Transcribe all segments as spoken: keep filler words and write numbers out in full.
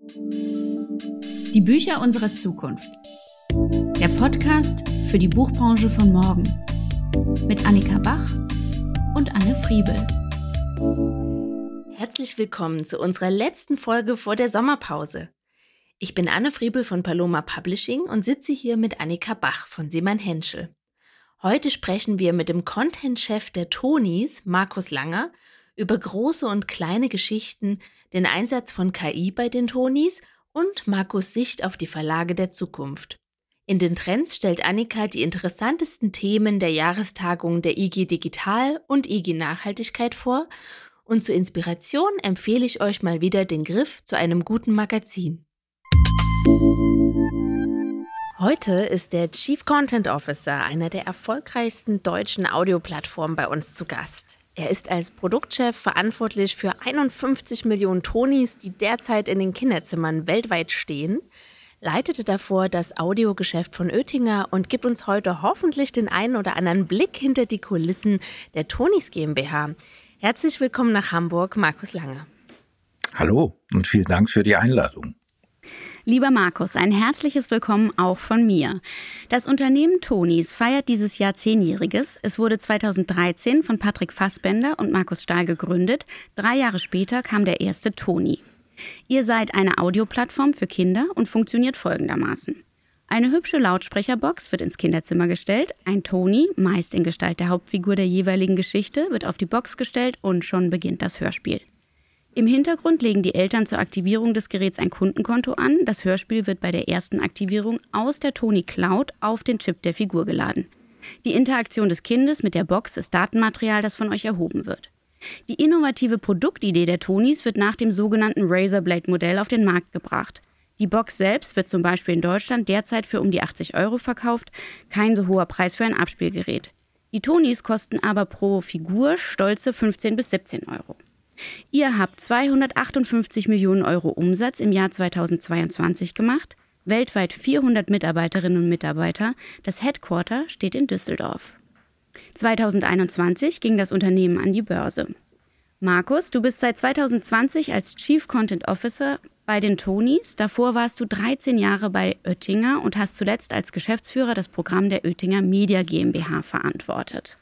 Die Bücher unserer Zukunft. Der Podcast für die Buchbranche von morgen. Mit Annika Bach und Anne Friebel. Herzlich willkommen zu unserer letzten Folge vor der Sommerpause. Ich bin Anne Friebel von Paloma Publishing und sitze hier mit Annika Bach von Simon Henschel. Heute sprechen wir mit dem Content-Chef der Tonys, Markus Langer, über große und kleine Geschichten, den Einsatz von K I bei den Tonys und Markus' Sicht auf die Verlage der Zukunft. In den Trends stellt Annika die interessantesten Themen der Jahrestagung der I G Digital und I G Nachhaltigkeit vor und zur Inspiration empfehle ich euch mal wieder den Griff zu einem guten Magazin. Heute ist der Chief Content Officer einer der erfolgreichsten deutschen Audioplattformen bei uns zu Gast. Er ist als Produktchef verantwortlich für einundfünfzig Millionen Tonys, die derzeit in den Kinderzimmern weltweit stehen, leitete davor das Audiogeschäft von Oetinger und gibt uns heute hoffentlich den einen oder anderen Blick hinter die Kulissen der Tonys GmbH. Herzlich willkommen nach Hamburg, Markus Langer. Hallo und vielen Dank für die Einladung. Lieber Markus, ein herzliches Willkommen auch von mir. Das Unternehmen Tonys feiert dieses Jahr Zehnjähriges. Es wurde zweitausenddreizehn von Patrick Fassbender und Markus Stahl gegründet. Drei Jahre später kam der erste Tony. Ihr seid eine Audioplattform für Kinder und funktioniert folgendermaßen. Eine hübsche Lautsprecherbox wird ins Kinderzimmer gestellt. Ein Tony, meist in Gestalt der Hauptfigur der jeweiligen Geschichte, wird auf die Box gestellt und schon beginnt das Hörspiel. Im Hintergrund legen die Eltern zur Aktivierung des Geräts ein Kundenkonto an. Das Hörspiel wird bei der ersten Aktivierung aus der Tony Cloud auf den Chip der Figur geladen. Die Interaktion des Kindes mit der Box ist Datenmaterial, das von euch erhoben wird. Die innovative Produktidee der Tonys wird nach dem sogenannten Razorblade-Modell auf den Markt gebracht. Die Box selbst wird zum Beispiel in Deutschland derzeit für um die achtzig Euro verkauft. Kein so hoher Preis für ein Abspielgerät. Die Tonys kosten aber pro Figur stolze fünfzehn bis siebzehn Euro. Ihr habt zweihundertachtundfünfzig Millionen Euro Umsatz im Jahr zweitausendzweiundzwanzig gemacht, weltweit vierhundert Mitarbeiterinnen und Mitarbeiter, das Headquarter steht in Düsseldorf. zweitausendeinundzwanzig ging das Unternehmen an die Börse. Markus, du bist seit zweitausendzwanzig als Chief Content Officer bei den Tonys, davor warst du dreizehn Jahre bei Oetinger und hast zuletzt als Geschäftsführer das Programm der Oetinger Media GmbH verantwortet.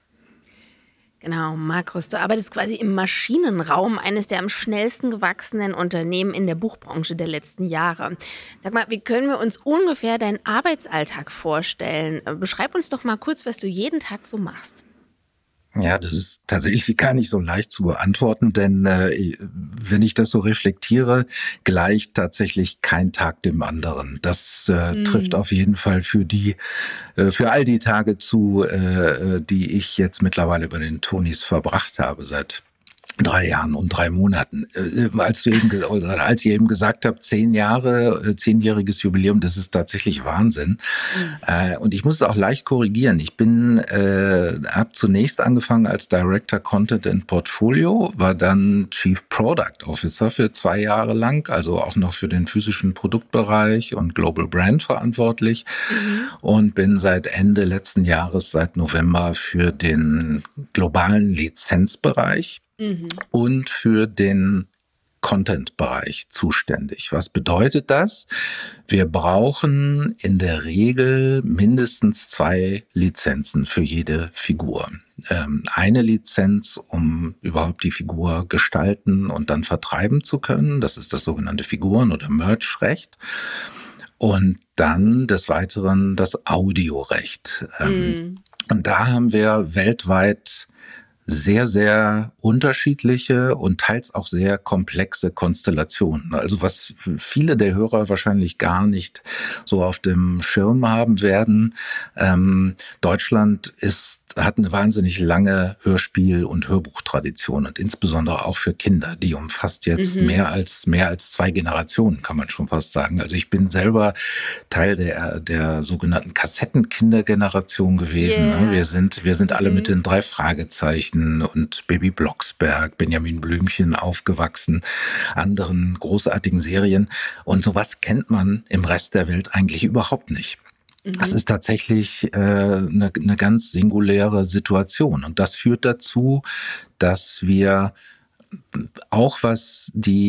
Genau, Markus, du arbeitest quasi im Maschinenraum eines der am schnellsten gewachsenen Unternehmen in der Buchbranche der letzten Jahre. Sag mal, wie können wir uns ungefähr deinen Arbeitsalltag vorstellen? Beschreib uns doch mal kurz, was du jeden Tag so machst. Ja, das ist tatsächlich gar nicht so leicht zu beantworten, denn äh, wenn ich das so reflektiere, gleicht tatsächlich kein Tag dem anderen. Das äh, mhm. trifft auf jeden Fall für die, äh, für all die Tage zu, äh, die ich jetzt mittlerweile bei den Tonys verbracht habe seit drei Jahren und drei Monaten. Äh, als du eben, oder als ich eben gesagt habe, zehn Jahre, äh, zehnjähriges Jubiläum, das ist tatsächlich Wahnsinn. Mhm. Äh, und ich muss es auch leicht korrigieren. Ich bin, äh, habe zunächst angefangen als Director Content and Portfolio, war dann Chief Product Officer für zwei Jahre lang, also auch noch für den physischen Produktbereich und Global Brand verantwortlich. Mhm. Und bin seit Ende letzten Jahres, seit November, für den globalen Lizenzbereich Mhm. und für den Content-Bereich zuständig. Was bedeutet das? Wir brauchen in der Regel mindestens zwei Lizenzen für jede Figur. Ähm, eine Lizenz, um überhaupt die Figur gestalten und dann vertreiben zu können. Das ist das sogenannte Figuren- oder Merch-Recht. Und dann des Weiteren das Audiorecht. Ähm, mhm. Und da haben wir weltweit sehr, sehr unterschiedliche und teils auch sehr komplexe Konstellationen. Also was viele der Hörer wahrscheinlich gar nicht so auf dem Schirm haben werden. Ähm, Deutschland ist hat eine wahnsinnig lange Hörspiel- und Hörbuchtradition und insbesondere auch für Kinder. Die umfasst jetzt mhm. mehr als mehr als zwei Generationen, kann man schon fast sagen. Also ich bin selber Teil der der sogenannten Kassettenkindergeneration gewesen. Yeah. Wir sind wir sind alle mhm. mit den drei Fragezeichen und Baby Blocksberg, Benjamin Blümchen aufgewachsen, anderen großartigen Serien. Und sowas kennt man im Rest der Welt eigentlich überhaupt nicht. Das ist tatsächlich äh, eine, eine ganz singuläre Situation. Und das führt dazu, dass wir auch was die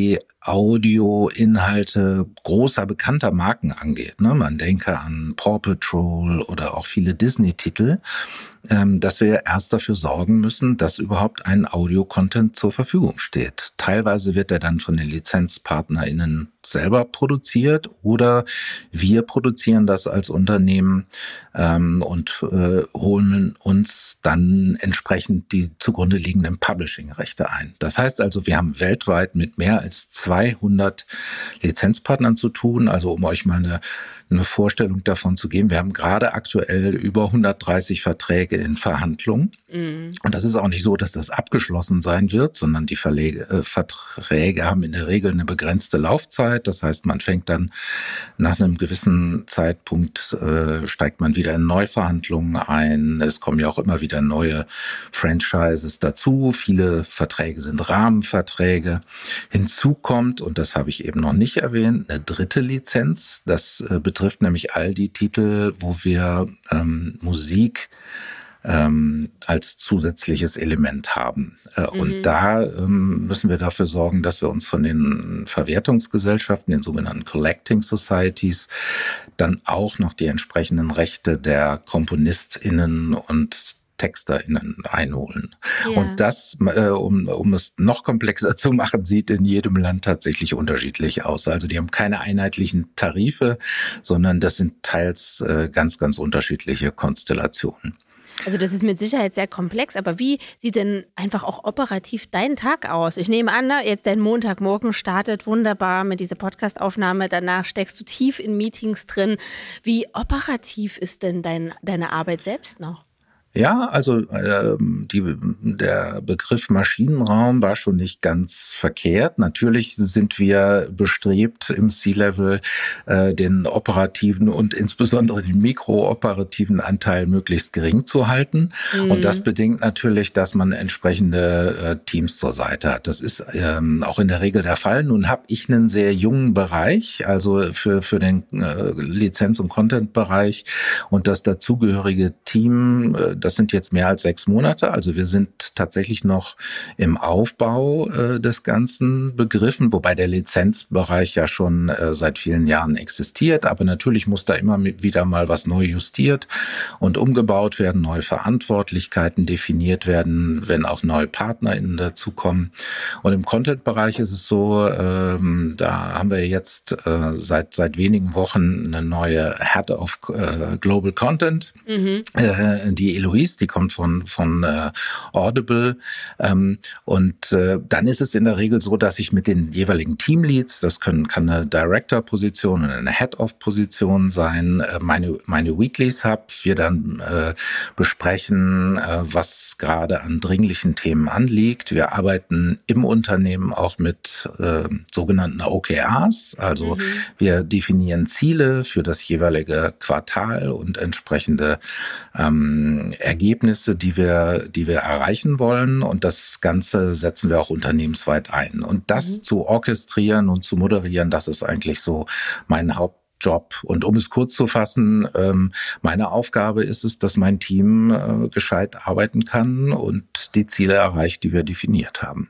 Audioinhalte großer, bekannter Marken angeht, ne? Man denke an Paw Patrol oder auch viele Disney-Titel, ähm, dass wir erst dafür sorgen müssen, dass überhaupt ein Audio-Content zur Verfügung steht. Teilweise wird er dann von den LizenzpartnerInnen selber produziert oder wir produzieren das als Unternehmen ähm, und äh, holen uns dann entsprechend die zugrunde liegenden Publishing-Rechte ein. Das heißt also, wir haben weltweit mit mehr als zweihundert Lizenzpartnern zu tun. Also um euch mal eine, eine Vorstellung davon zu geben, wir haben gerade aktuell über hundertdreißig Verträge in Verhandlung. Mhm. Und das ist auch nicht so, dass das abgeschlossen sein wird, sondern die Verlege, äh, Verträge haben in der Regel eine begrenzte Laufzeit. Das heißt, man fängt dann nach einem gewissen Zeitpunkt, äh, steigt man wieder in Neuverhandlungen ein. Es kommen ja auch immer wieder neue Franchises dazu. Viele Verträge sind Rahmenverträge. Hinzu kommt, und das habe ich eben noch nicht erwähnt, eine dritte Lizenz. Das äh, betrifft nämlich all die Titel, wo wir ähm, Musik ähm, als zusätzliches Element haben. Äh, mhm. Und da ähm, müssen wir dafür sorgen, dass wir uns von den Verwertungsgesellschaften, den sogenannten Collecting Societies, dann auch noch die entsprechenden Rechte der KomponistInnen und TexterInnen einholen. Ja. Und das, äh, um, um es noch komplexer zu machen, sieht in jedem Land tatsächlich unterschiedlich aus. Also die haben keine einheitlichen Tarife, sondern das sind teils äh, ganz, ganz unterschiedliche Konstellationen. Also das ist mit Sicherheit sehr komplex, aber wie sieht denn einfach auch operativ dein Tag aus? Ich nehme an, jetzt dein Montagmorgen startet wunderbar mit dieser Podcast-Aufnahme, danach steckst du tief in Meetings drin. Wie operativ ist denn dein, deine Arbeit selbst noch? Ja, also äh, die, der Begriff Maschinenraum war schon nicht ganz verkehrt. Natürlich sind wir bestrebt, im C-Level äh, den operativen und insbesondere den mikrooperativen Anteil möglichst gering zu halten. Mhm. Und das bedingt natürlich, dass man entsprechende äh, Teams zur Seite hat. Das ist ähm, auch in der Regel der Fall. Nun habe ich einen sehr jungen Bereich, also für, für den äh, Lizenz- und Content-Bereich und das dazugehörige Team, äh, das sind jetzt mehr als sechs Monate. Also wir sind tatsächlich noch im Aufbau äh, des Ganzen begriffen, wobei der Lizenzbereich ja schon äh, seit vielen Jahren existiert. Aber natürlich muss da immer wieder mal was neu justiert und umgebaut werden, neue Verantwortlichkeiten definiert werden, wenn auch neue PartnerInnen dazukommen. Und im Content-Bereich ist es so, ähm, da haben wir jetzt äh, seit seit wenigen Wochen eine neue Head of äh, Global Content, mhm. äh, die Eloise, die kommt von von äh, Audible. Ähm, und äh, dann ist es in der Regel so, dass ich mit den jeweiligen Teamleads, das können kann eine Director-Position oder eine Head-of-Position sein, äh, meine meine Weeklies habe. Wir dann äh, besprechen, äh, was gerade an dringlichen Themen anliegt. Wir arbeiten im Unternehmen auch mit äh, sogenannten O K Rs. Also mhm. wir definieren Ziele für das jeweilige Quartal und entsprechende ähm, Ergebnisse, die wir, die wir erreichen wollen. Und das Ganze setzen wir auch unternehmensweit ein. Und das mhm. zu orchestrieren und zu moderieren, das ist eigentlich so mein Haupt Job. Und um es kurz zu fassen, ähm, meine Aufgabe ist es, dass mein Team äh, gescheit arbeiten kann und die Ziele erreicht, die wir definiert haben.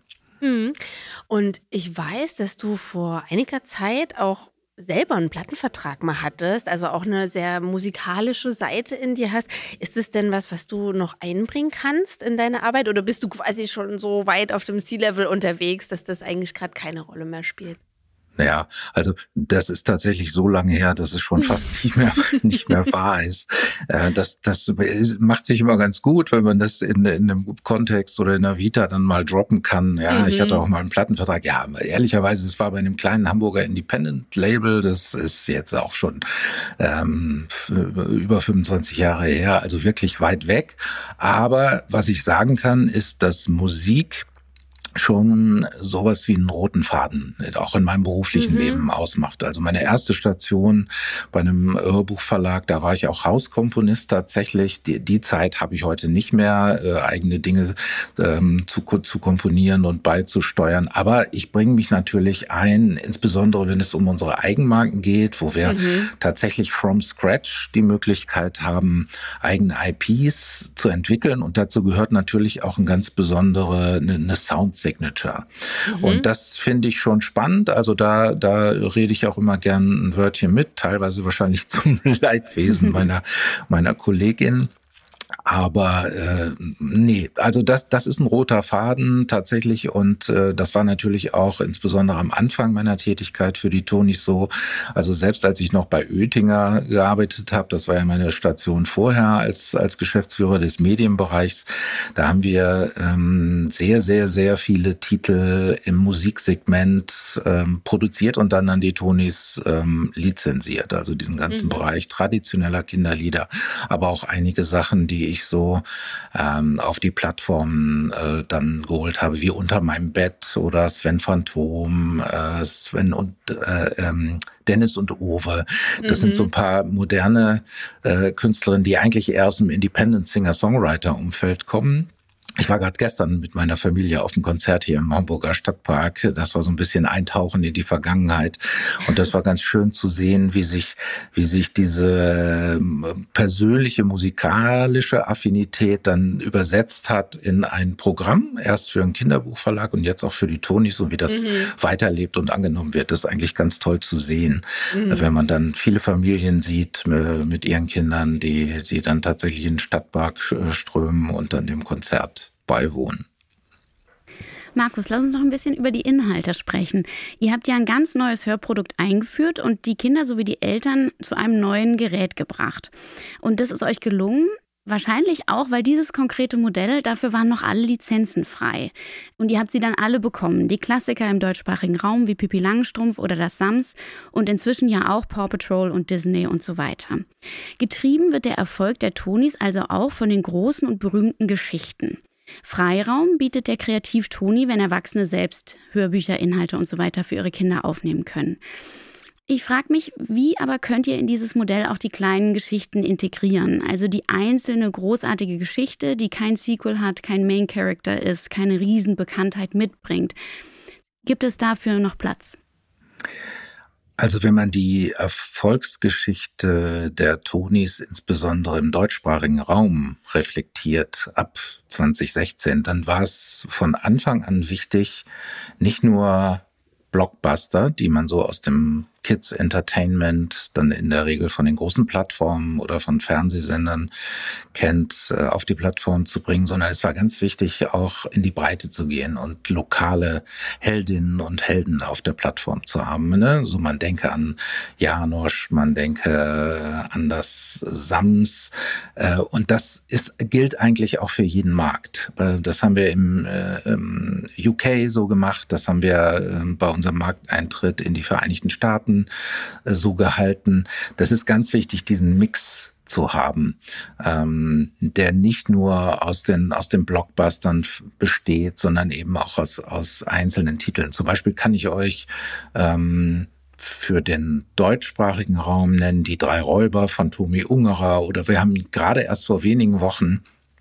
Und ich weiß, dass du vor einiger Zeit auch selber einen Plattenvertrag mal hattest, also auch eine sehr musikalische Seite in dir hast. Ist es denn was, was du noch einbringen kannst in deine Arbeit? Oder bist du quasi schon so weit auf dem C-Level unterwegs, dass das eigentlich gerade keine Rolle mehr spielt? Naja, also das ist tatsächlich so lange her, dass es schon fast nicht mehr nicht mehr wahr ist. Das, das macht sich immer ganz gut, wenn man das in, in einem Kontext oder in der Vita dann mal droppen kann. Ja, mhm. Ich hatte auch mal einen Plattenvertrag. Ja, ehrlicherweise, es war bei einem kleinen Hamburger Independent-Label. Das ist jetzt auch schon ähm, über fünfundzwanzig Jahre her, also wirklich weit weg. Aber was ich sagen kann, ist, dass Musik schon sowas wie einen roten Faden auch in meinem beruflichen mhm. Leben ausmacht. Also meine erste Station bei einem Hörbuchverlag, da war ich auch Hauskomponist tatsächlich. Die, die Zeit habe ich heute nicht mehr, äh, eigene Dinge ähm, zu, zu komponieren und beizusteuern. Aber ich bringe mich natürlich ein, insbesondere wenn es um unsere Eigenmarken geht, wo wir mhm. tatsächlich from scratch die Möglichkeit haben, eigene I Ps zu entwickeln. Und dazu gehört natürlich auch ein ganz besondere, eine, eine Sound Signature. Mhm. Und das finde ich schon spannend. Also da, da rede ich auch immer gern ein Wörtchen mit, teilweise wahrscheinlich zum Leidwesen meiner, meiner Kollegin. Aber äh, nee, also das das ist ein roter Faden tatsächlich und äh, das war natürlich auch insbesondere am Anfang meiner Tätigkeit für die Tonys so. Also selbst als ich noch bei Oetinger gearbeitet habe, das war ja meine Station vorher als als Geschäftsführer des Medienbereichs, da haben wir ähm, sehr, sehr, sehr viele Titel im Musiksegment ähm, produziert und dann an die Tonys ähm, lizenziert. Also diesen ganzen mhm. Bereich traditioneller Kinderlieder, aber auch einige Sachen, die ich so ähm, auf die Plattformen äh, dann geholt habe, wie Unter meinem Bett oder Sven Phantom, äh, Sven und äh, ähm, Dennis und Uwe. Das mhm. sind so ein paar moderne äh, Künstlerinnen, die eigentlich eher aus dem Independent-Singer-Songwriter-Umfeld kommen. Ich war gerade gestern mit meiner Familie auf dem Konzert hier im Hamburger Stadtpark. Das war so ein bisschen Eintauchen in die Vergangenheit. Und das war ganz schön zu sehen, wie sich, wie sich diese persönliche musikalische Affinität dann übersetzt hat in ein Programm. Erst für einen Kinderbuchverlag und jetzt auch für die Tonys, so wie das mhm. weiterlebt und angenommen wird. Das ist eigentlich ganz toll zu sehen, mhm. wenn man dann viele Familien sieht mit ihren Kindern, die, die dann tatsächlich in den Stadtpark strömen und dann dem Konzert beiwohnen. Markus, lass uns noch ein bisschen über die Inhalte sprechen. Ihr habt ja ein ganz neues Hörprodukt eingeführt und die Kinder sowie die Eltern zu einem neuen Gerät gebracht. Und das ist euch gelungen, wahrscheinlich auch, weil dieses konkrete Modell, dafür waren noch alle Lizenzen frei. Und ihr habt sie dann alle bekommen. Die Klassiker im deutschsprachigen Raum wie Pippi Langstrumpf oder das Sams und inzwischen ja auch Paw Patrol und Disney und so weiter. Getrieben wird der Erfolg der Tonys also auch von den großen und berühmten Geschichten. Freiraum bietet der Kreativ-Toni, wenn Erwachsene selbst Hörbücher, Inhalte und so weiter für ihre Kinder aufnehmen können. Ich frage mich, wie aber könnt ihr in dieses Modell auch die kleinen Geschichten integrieren? Also die einzelne großartige Geschichte, die kein Sequel hat, kein Main Character ist, keine Riesenbekanntheit mitbringt. Gibt es dafür noch Platz? Also wenn man die Erfolgsgeschichte der Tonys insbesondere im deutschsprachigen Raum reflektiert ab zwanzig sechzehn, dann war es von Anfang an wichtig, nicht nur Blockbuster, die man so aus dem Kids Entertainment dann in der Regel von den großen Plattformen oder von Fernsehsendern kennt, auf die Plattform zu bringen, sondern es war ganz wichtig, auch in die Breite zu gehen und lokale Heldinnen und Helden auf der Plattform zu haben. Ne? So man denke an Janosch, man denke an das Sams und das ist, gilt eigentlich auch für jeden Markt. Das haben wir im, im U K so gemacht, das haben wir bei unserem Markteintritt in die Vereinigten Staaten so gehalten. Das ist ganz wichtig, diesen Mix zu haben, ähm, der nicht nur aus den aus den Blockbustern f- besteht, sondern eben auch aus aus einzelnen Titeln. Zum Beispiel kann ich euch ähm, für den deutschsprachigen Raum nennen die drei Räuber von Tomi Ungerer, oder wir haben gerade erst vor wenigen Wochen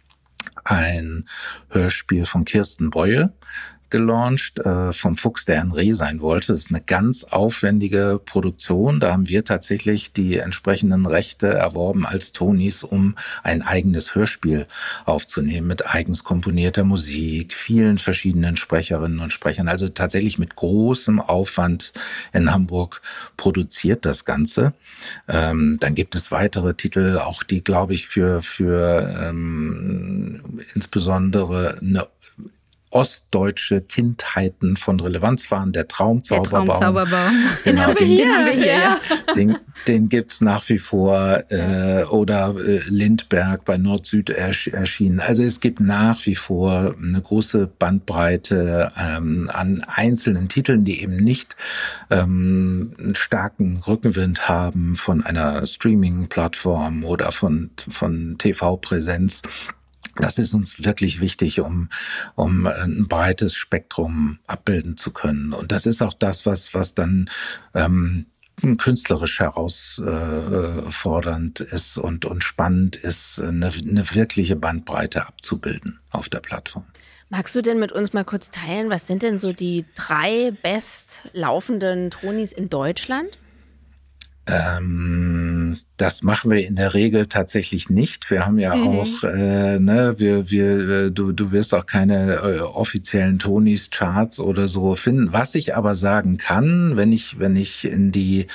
ein Hörspiel von Kirsten Beue gelauncht, äh, vom Fuchs, der ein Reh sein wollte. Das ist eine ganz aufwendige Produktion. Da haben wir tatsächlich die entsprechenden Rechte erworben als Tonys, um ein eigenes Hörspiel aufzunehmen mit eigens komponierter Musik, vielen verschiedenen Sprecherinnen und Sprechern. Also tatsächlich mit großem Aufwand in Hamburg produziert das Ganze. Ähm, dann gibt es weitere Titel, auch die, glaube ich, für, für ähm, insbesondere eine ostdeutsche Kindheiten von Relevanz waren. Der Traumzauberbaum. Der Traumzauberbaum. Genau, den, den haben wir hier. Ja. Den, den gibt's nach wie vor. Äh, oder äh, Lindbergh bei Nord-Süd ersch- erschienen. Also es gibt nach wie vor eine große Bandbreite ähm, an einzelnen Titeln, die eben nicht ähm, einen starken Rückenwind haben von einer Streaming-Plattform oder von, von T V-Präsenz. Das ist uns wirklich wichtig, um, um ein breites Spektrum abbilden zu können. Und das ist auch das, was, was dann ähm, künstlerisch herausfordernd ist und, und spannend ist, eine, eine wirkliche Bandbreite abzubilden auf der Plattform. Magst du denn mit uns mal kurz teilen, was sind denn so die drei bestlaufenden Tonys in Deutschland? Ähm, Das machen wir in der Regel tatsächlich nicht. Wir haben ja mhm. auch, äh, ne, wir, wir, du, du wirst auch keine äh, offiziellen Tonys-Charts oder so finden. Was ich aber sagen kann, wenn ich, wenn ich in die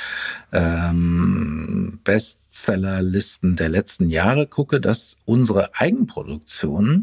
ähm, Bestsellerlisten der letzten Jahre gucke, dass unsere Eigenproduktionen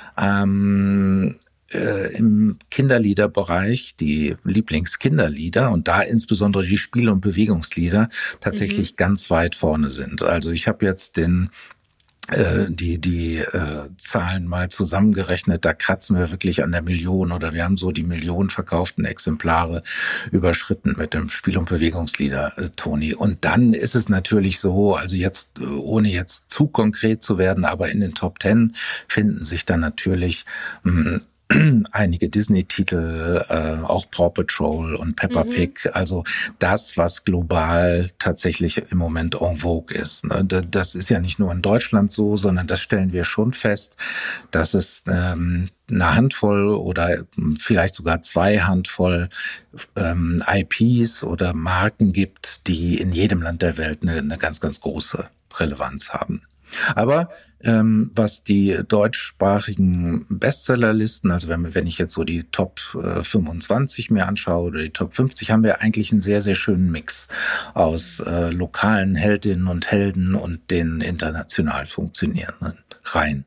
ähm, im Kinderliederbereich, die Lieblingskinderlieder und da insbesondere die Spiel- und Bewegungslieder tatsächlich mhm. ganz weit vorne sind. Also ich habe jetzt den äh, die die äh, Zahlen mal zusammengerechnet, da kratzen wir wirklich an der Million oder wir haben so die Million verkauften Exemplare überschritten mit dem Spiel- und Bewegungslieder, äh, Toni. Und dann ist es natürlich so, also jetzt, ohne jetzt zu konkret zu werden, aber in den Top Ten finden sich dann natürlich mh, einige Disney-Titel, äh, auch Paw Patrol und Peppa mhm. Pig, also das, was global tatsächlich im Moment en vogue ist. Ne? Das ist ja nicht nur in Deutschland so, sondern das stellen wir schon fest, dass es ähm, eine Handvoll oder vielleicht sogar zwei Handvoll ähm, I Ps oder Marken gibt, die in jedem Land der Welt eine, eine ganz, ganz große Relevanz haben. Aber ähm, was die deutschsprachigen Bestsellerlisten, also wenn, wenn ich jetzt so die Top äh, fünfundzwanzig mir anschaue oder die Top fünfzig, haben wir eigentlich einen sehr, sehr schönen Mix aus äh, lokalen Heldinnen und Helden und den international funktionierenden Reihen.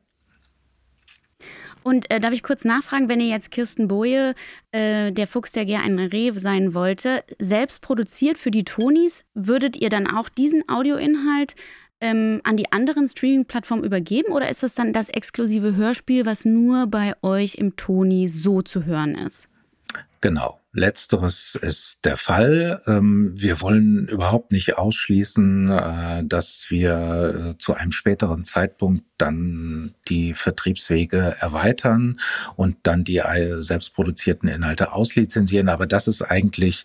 Und äh, darf ich kurz nachfragen, wenn ihr jetzt Kirsten Boje, äh, der Fuchs, der gern ein Reh sein wollte, selbst produziert für die Tonys, würdet ihr dann auch diesen Audioinhalt ähm, an die anderen Streaming-Plattformen übergeben oder ist das dann das exklusive Hörspiel, was nur bei euch im Tony so zu hören ist? Genau. Letzteres ist der Fall. Wir wollen überhaupt nicht ausschließen, dass wir zu einem späteren Zeitpunkt dann die Vertriebswege erweitern und dann die selbst produzierten Inhalte auslizenzieren. Aber das ist eigentlich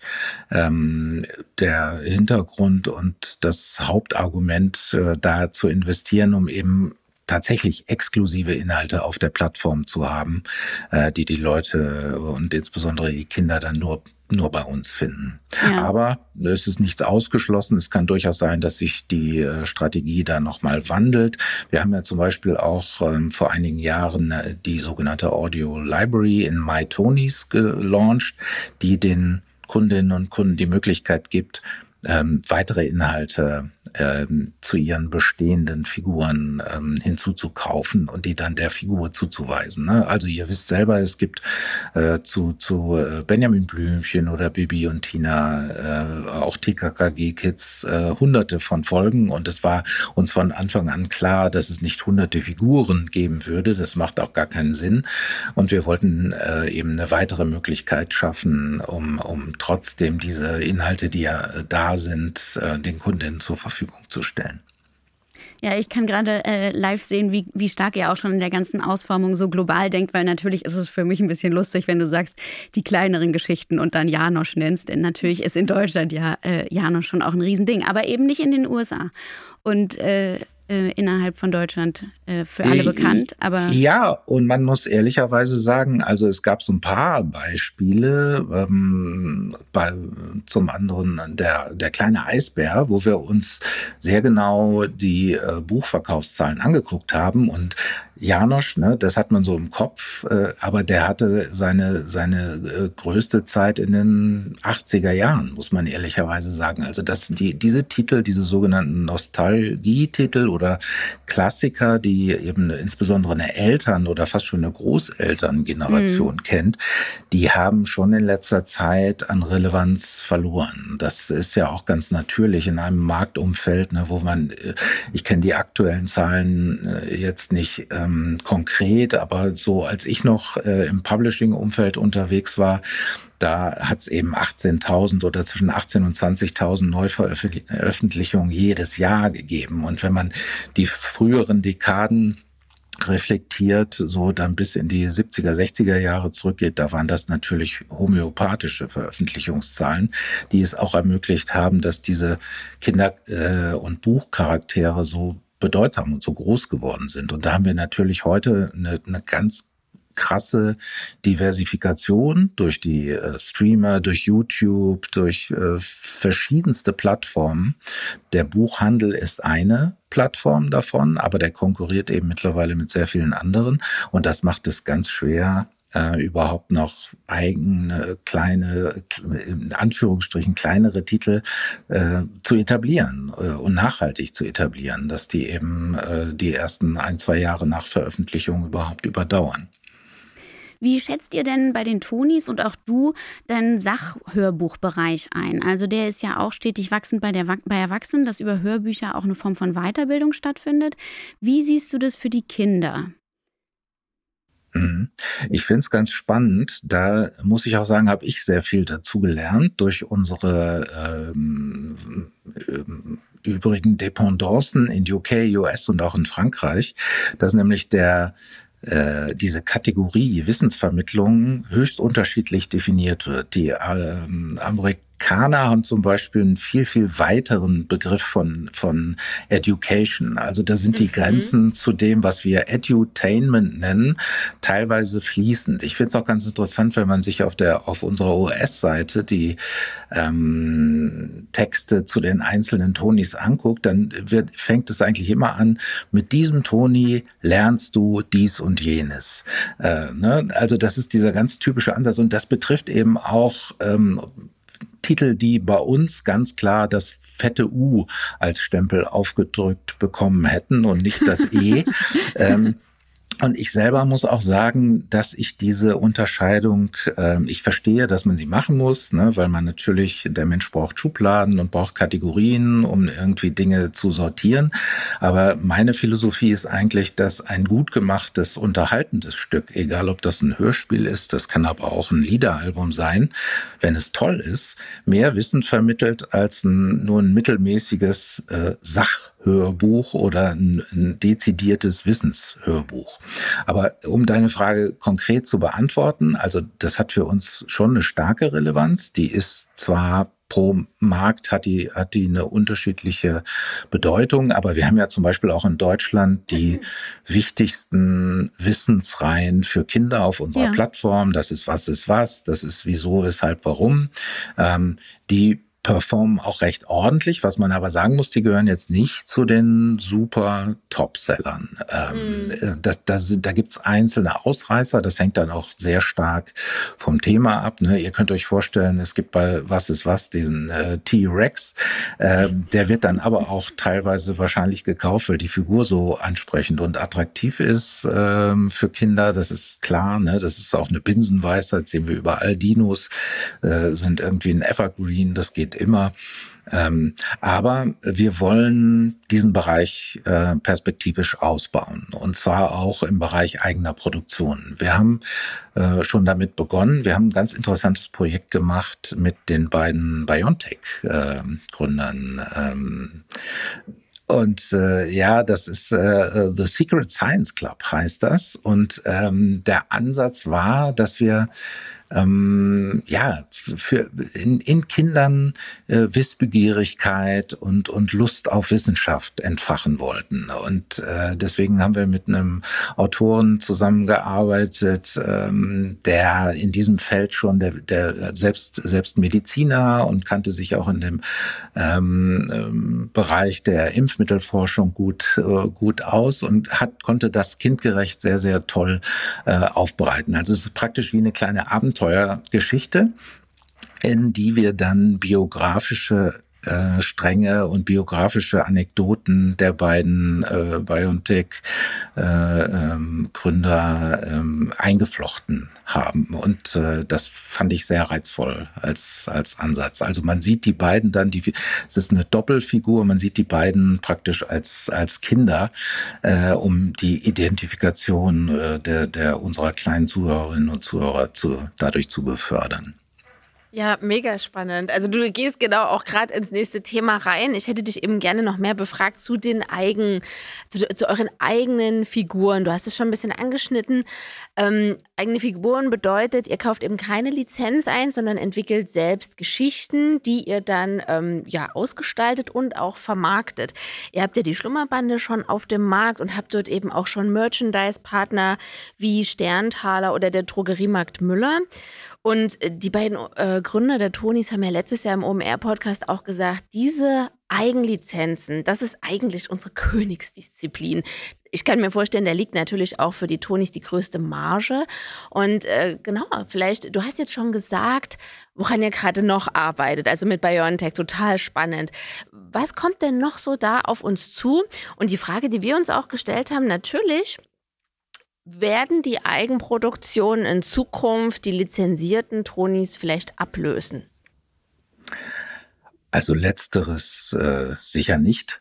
der Hintergrund und das Hauptargument, da zu investieren, um eben tatsächlich exklusive Inhalte auf der Plattform zu haben, äh, die die Leute und insbesondere die Kinder dann nur nur bei uns finden. Ja. Aber es ist nichts ausgeschlossen. Es kann durchaus sein, dass sich die äh, Strategie da nochmal wandelt. Wir haben ja zum Beispiel auch ähm, vor einigen Jahren äh, die sogenannte Audio Library in MyTonys gelauncht, die den Kundinnen und Kunden die Möglichkeit gibt, ähm, weitere Inhalte ähm, zu ihren bestehenden Figuren ähm, hinzuzukaufen und die dann der Figur zuzuweisen. Ne? Also ihr wisst selber, es gibt äh, zu, zu äh, Benjamin Blümchen oder Bibi und Tina, äh, auch T K K G-Kids, äh, hunderte von Folgen und es war uns von Anfang an klar, dass es nicht hunderte Figuren geben würde. Das macht auch gar keinen Sinn. Und wir wollten äh, eben eine weitere Möglichkeit schaffen, um, um trotzdem diese Inhalte, die ja da sind, äh, den Kundinnen zur Verfügung zu stellen. Ja, ich kann gerade äh, live sehen, wie, wie stark ihr auch schon in der ganzen Ausformung so global denkt, weil natürlich ist es für mich ein bisschen lustig, wenn du sagst, die kleineren Geschichten und dann Janosch nennst, denn natürlich ist in Deutschland ja äh, Janosch schon auch ein Riesending, aber eben nicht in den U S A. Und äh, äh, innerhalb von Deutschland äh, für alle bekannt. Aber ja, und man muss ehrlicherweise sagen, also es gab so ein paar Beispiele, ähm, bei, zum anderen der, der kleine Eisbär, wo wir uns sehr genau die äh, Buchverkaufszahlen angeguckt haben und Janosch, ne, das hat man so im Kopf, äh, aber der hatte seine seine äh, größte Zeit in den achtziger Jahren, muss man ehrlicherweise sagen. Also dass die diese Titel, diese sogenannten Nostalgie-Titel oder Klassiker, die eben insbesondere eine Eltern- oder fast schon eine Großelterngeneration mhm. kennt, die haben schon in letzter Zeit an Relevanz verloren. Das ist ja auch ganz natürlich in einem Marktumfeld, ne, wo man, ich kenne die aktuellen Zahlen äh, jetzt nicht ähm, konkret, aber so als ich noch äh, im Publishing-Umfeld unterwegs war, da hat es eben achtzehntausend oder zwischen achtzehntausend und zwanzigtausend Neuveröffentlichungen jedes Jahr gegeben. Und wenn man die früheren Dekaden reflektiert, so dann bis in die siebziger, sechziger Jahre zurückgeht, da waren das natürlich homöopathische Veröffentlichungszahlen, die es auch ermöglicht haben, dass diese Kinder- äh, und Buchcharaktere so bedeutsam und so groß geworden sind. Und da haben wir natürlich heute eine, eine ganz krasse Diversifikation durch die äh, Streamer, durch YouTube, durch äh, verschiedenste Plattformen. Der Buchhandel ist eine Plattform davon, aber der konkurriert eben mittlerweile mit sehr vielen anderen. Und das macht es ganz schwer, äh, überhaupt noch eigene, kleine, in Anführungsstrichen kleinere Titel äh, zu etablieren äh, und nachhaltig zu etablieren, dass die eben äh, die ersten ein, zwei Jahre nach Veröffentlichung überhaupt überdauern. Wie schätzt ihr denn bei den Tonys und auch du deinen Sachhörbuchbereich ein? Also der ist ja auch stetig wachsend bei, der, bei Erwachsenen, dass über Hörbücher auch eine Form von Weiterbildung stattfindet. Wie siehst du das für die Kinder? Ich finde es ganz spannend. Da muss ich auch sagen, habe ich sehr viel dazu gelernt durch unsere ähm, ähm, übrigen Dependancen in U K, U S und auch in Frankreich, dass nämlich der äh, diese Kategorie Wissensvermittlung höchst unterschiedlich definiert wird. Die ähm, Amerikaner haben zum Beispiel einen viel, viel weiteren Begriff von, von Education. Also da sind die mhm. Grenzen zu dem, was wir Edutainment nennen, teilweise fließend. Ich finde es auch ganz interessant, wenn man sich auf der auf unserer O S-Seite die ähm, Texte zu den einzelnen Tonys anguckt, dann wird, fängt es eigentlich immer an, mit diesem Tony lernst du dies und jenes. Äh, ne? Also das ist dieser ganz typische Ansatz und das betrifft eben auch ähm, Titel, die bei uns ganz klar das fette U als Stempel aufgedrückt bekommen hätten und nicht das E. ähm, Und ich selber muss auch sagen, dass ich diese Unterscheidung, äh, ich verstehe, dass man sie machen muss, ne, weil man natürlich, der Mensch braucht Schubladen und braucht Kategorien, um irgendwie Dinge zu sortieren. Aber meine Philosophie ist eigentlich, dass ein gut gemachtes, unterhaltendes Stück, egal ob das ein Hörspiel ist, das kann aber auch ein Liederalbum sein, wenn es toll ist, mehr Wissen vermittelt als ein, nur ein mittelmäßiges äh, Sachhörbuch oder ein, ein dezidiertes Wissenshörbuch. Aber um deine Frage konkret zu beantworten, also das hat für uns schon eine starke Relevanz. Die ist zwar pro Markt hat die, hat die eine unterschiedliche Bedeutung, aber wir haben ja zum Beispiel auch in Deutschland die wichtigsten Wissensreihen für Kinder auf unserer ja. Plattform. Das ist Was ist was, das ist Wieso, Weshalb, Warum. Ähm, die performen auch recht ordentlich, was man aber sagen muss, die gehören jetzt nicht zu den super Topsellern. Ähm, mm. das, das, da gibt's einzelne Ausreißer, das hängt dann auch sehr stark vom Thema ab. Ne? Ihr könnt euch vorstellen, es gibt bei Was ist was diesen äh, T-Rex, äh, der wird dann aber auch teilweise wahrscheinlich gekauft, weil die Figur so ansprechend und attraktiv ist äh, für Kinder, das ist klar. Ne? Das ist auch eine Binsenweisheit, sehen wir überall. Dinos äh, sind irgendwie ein Evergreen, das geht immer. Ähm, aber wir wollen diesen Bereich äh, perspektivisch ausbauen und zwar auch im Bereich eigener Produktion. Wir haben äh, schon damit begonnen. Wir haben ein ganz interessantes Projekt gemacht mit den beiden BioNTech-Gründern. Ähm, Und äh, ja, das ist äh, The Secret Science Club heißt das. Und ähm, der Ansatz war, dass wir ähm, ja für in, in Kindern äh, Wissbegierigkeit und und Lust auf Wissenschaft entfachen wollten. Und äh, deswegen haben wir mit einem Autoren zusammengearbeitet, ähm, der in diesem Feld schon der der selbst selbst Mediziner und kannte sich auch in dem ähm, Bereich der Impfmittelforschung gut äh, gut aus und hat konnte das kindgerecht sehr sehr toll äh, aufbereiten. Also es ist praktisch wie eine kleine Abenteuergeschichte, in die wir dann biografische äh, Stränge und biografische Anekdoten der beiden äh, BioNTech-Gründer äh, ähm, eingeflochten haben. Und äh, das fand ich sehr reizvoll als als Ansatz. Also man sieht die beiden dann, die, es ist eine Doppelfigur, man sieht die beiden praktisch als als Kinder, äh, um die Identifikation äh, der der unserer kleinen Zuhörerinnen und Zuhörer zu dadurch zu befördern. Ja, mega spannend. Also du gehst genau auch gerade ins nächste Thema rein. Ich hätte dich eben gerne noch mehr befragt zu den eigen, zu, zu euren eigenen Figuren. Du hast es schon ein bisschen angeschnitten. Ähm, eigene Figuren bedeutet, ihr kauft eben keine Lizenz ein, sondern entwickelt selbst Geschichten, die ihr dann ähm, ja ausgestaltet und auch vermarktet. Ihr habt ja die Schlummerbande schon auf dem Markt und habt dort eben auch schon Merchandise-Partner wie Sterntaler oder der Drogeriemarkt Müller. Und die beiden äh, Gründer der Tonys haben ja letztes Jahr im O M R-Podcast auch gesagt, diese Eigenlizenzen, das ist eigentlich unsere Königsdisziplin. Ich kann mir vorstellen, da liegt natürlich auch für die Tonys die größte Marge. Und äh, genau, vielleicht, du hast jetzt schon gesagt, woran ihr gerade noch arbeitet, also mit BioNTech, total spannend. Was kommt denn noch so da auf uns zu? Und die Frage, die wir uns auch gestellt haben, natürlich, werden die Eigenproduktionen in Zukunft die lizenzierten Tonys vielleicht ablösen? Also letzteres äh, sicher nicht.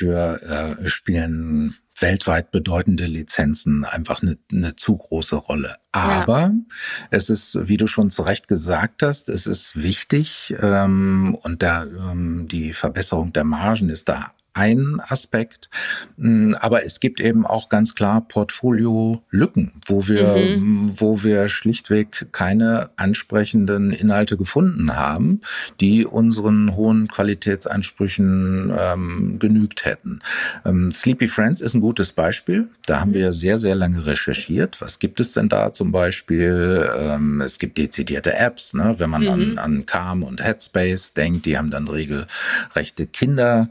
Dafür äh, spielen weltweit bedeutende Lizenzen einfach eine, eine zu große Rolle. Aber ja. Es ist, wie du schon zu Recht gesagt hast, es ist wichtig ähm, und da ähm, die Verbesserung der Margen ist da ein Aspekt, aber es gibt eben auch ganz klar Portfolio-Lücken, wo wir, mhm. wo wir schlichtweg keine ansprechenden Inhalte gefunden haben, die unseren hohen Qualitätsansprüchen ähm, genügt hätten. Ähm, Sleepy Friends ist ein gutes Beispiel. Da haben wir sehr, sehr lange recherchiert. Was gibt es denn da zum Beispiel? Ähm, es gibt dezidierte Apps, ne? Wenn man mhm. an, an Calm und Headspace denkt, die haben dann regelrechte Kinder.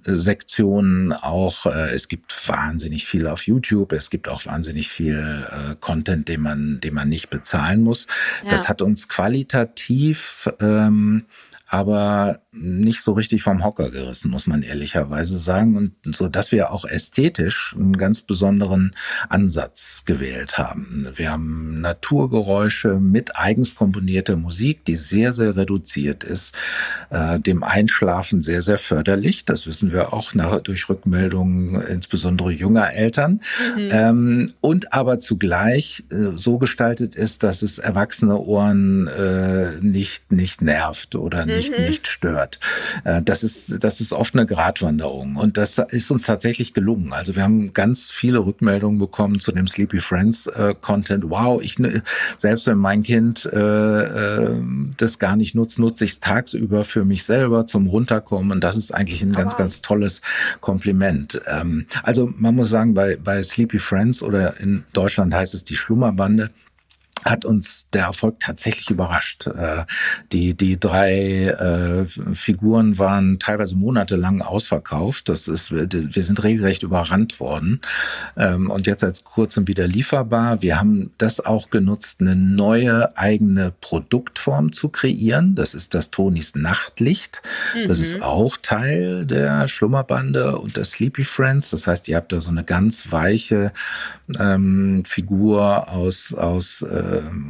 Sektionen auch. Äh, es gibt wahnsinnig viel auf YouTube. Es gibt auch wahnsinnig viel äh, Content, den man, den man nicht bezahlen muss. Ja. Das hat uns qualitativ ähm, aber nicht so richtig vom Hocker gerissen, muss man ehrlicherweise sagen. Und so, dass wir auch ästhetisch einen ganz besonderen Ansatz gewählt haben. Wir haben Naturgeräusche mit eigens komponierter Musik, die sehr, sehr reduziert ist, äh, dem Einschlafen sehr, sehr förderlich. Das wissen wir auch nach, durch Rückmeldungen, insbesondere junger Eltern. Mhm. Ähm, und aber zugleich äh, so gestaltet ist, dass es erwachsene Ohren äh, nicht, nicht nervt oder nicht Nicht, nicht stört. Das ist, das ist oft eine Gratwanderung und das ist uns tatsächlich gelungen. Also wir haben ganz viele Rückmeldungen bekommen zu dem Sleepy Friends äh, Content. Wow, ich selbst wenn mein Kind äh, das gar nicht nutzt, nutze ich es tagsüber für mich selber zum Runterkommen und das ist eigentlich ein ganz, ganz tolles Kompliment. Ähm, also man muss sagen, bei, bei Sleepy Friends oder in Deutschland heißt es die Schlummerbande, hat uns der Erfolg tatsächlich überrascht. Äh, die die drei äh, Figuren waren teilweise monatelang ausverkauft. Das ist, wir sind regelrecht überrannt worden. Ähm, und jetzt als kurzem wieder lieferbar. Wir haben das auch genutzt, eine neue eigene Produktform zu kreieren. Das ist das Tonys Nachtlicht. Mhm. Das ist auch Teil der Schlummerbande und der Sleepy Friends. Das heißt, ihr habt da so eine ganz weiche ähm, Figur aus aus äh,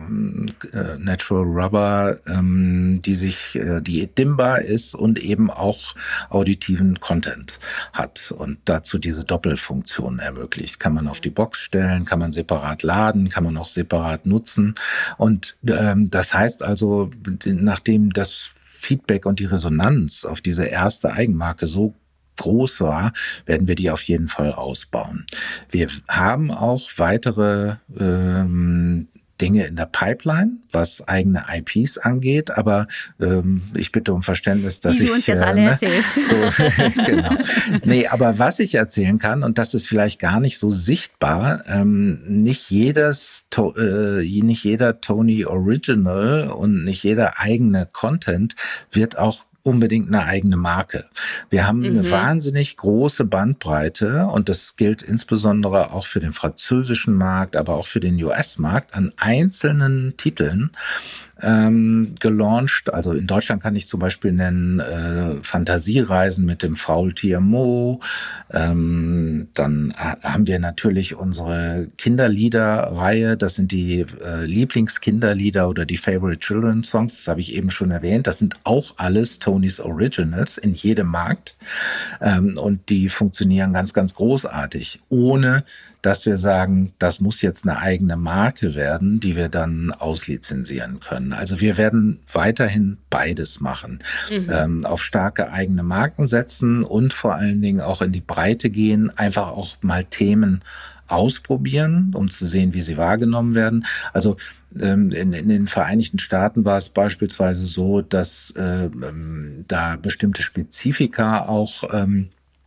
Natural Rubber, ähm, die sich, äh, die dimmbar ist und eben auch auditiven Content hat und dazu diese Doppelfunktion ermöglicht. Kann man auf die Box stellen, kann man separat laden, kann man auch separat nutzen. Und ähm, das heißt also, nachdem das Feedback und die Resonanz auf diese erste Eigenmarke so groß war, werden wir die auf jeden Fall ausbauen. Wir haben auch weitere ähm, Dinge in der Pipeline, was eigene I Ps angeht, aber ähm, ich bitte um Verständnis, dass Wie ich... du uns jetzt äh, alle ne, erzählst. So, genau. Nee, aber was ich erzählen kann, und das ist vielleicht gar nicht so sichtbar, ähm, nicht jedes, äh, nicht jeder Tony Original und nicht jeder eigene Content wird auch unbedingt eine eigene Marke. Wir haben eine mhm. wahnsinnig große Bandbreite und das gilt insbesondere auch für den französischen Markt, aber auch für den U S-Markt an einzelnen Titeln ähm, gelauncht. Also in Deutschland kann ich zum Beispiel nennen äh, Fantasiereisen mit dem Faultier Mo. Ähm, dann haben wir natürlich unsere Kinderliederreihe. Das sind die äh, Lieblingskinderlieder oder die Favorite Children Songs. Das habe ich eben schon erwähnt. Das sind auch alles Tonys Originals in jedem Markt. Ähm, und die funktionieren ganz, ganz großartig, ohne dass wir sagen, das muss jetzt eine eigene Marke werden, die wir dann auslizenzieren können. werden. Also wir werden weiterhin beides machen. Mhm. Ähm, auf starke eigene Marken setzen und vor allen Dingen auch in die Breite gehen, einfach auch mal Themen ausprobieren, um zu sehen, wie sie wahrgenommen werden. Also in, in den Vereinigten Staaten war es beispielsweise so, dass äh, da bestimmte Spezifika auch ähm,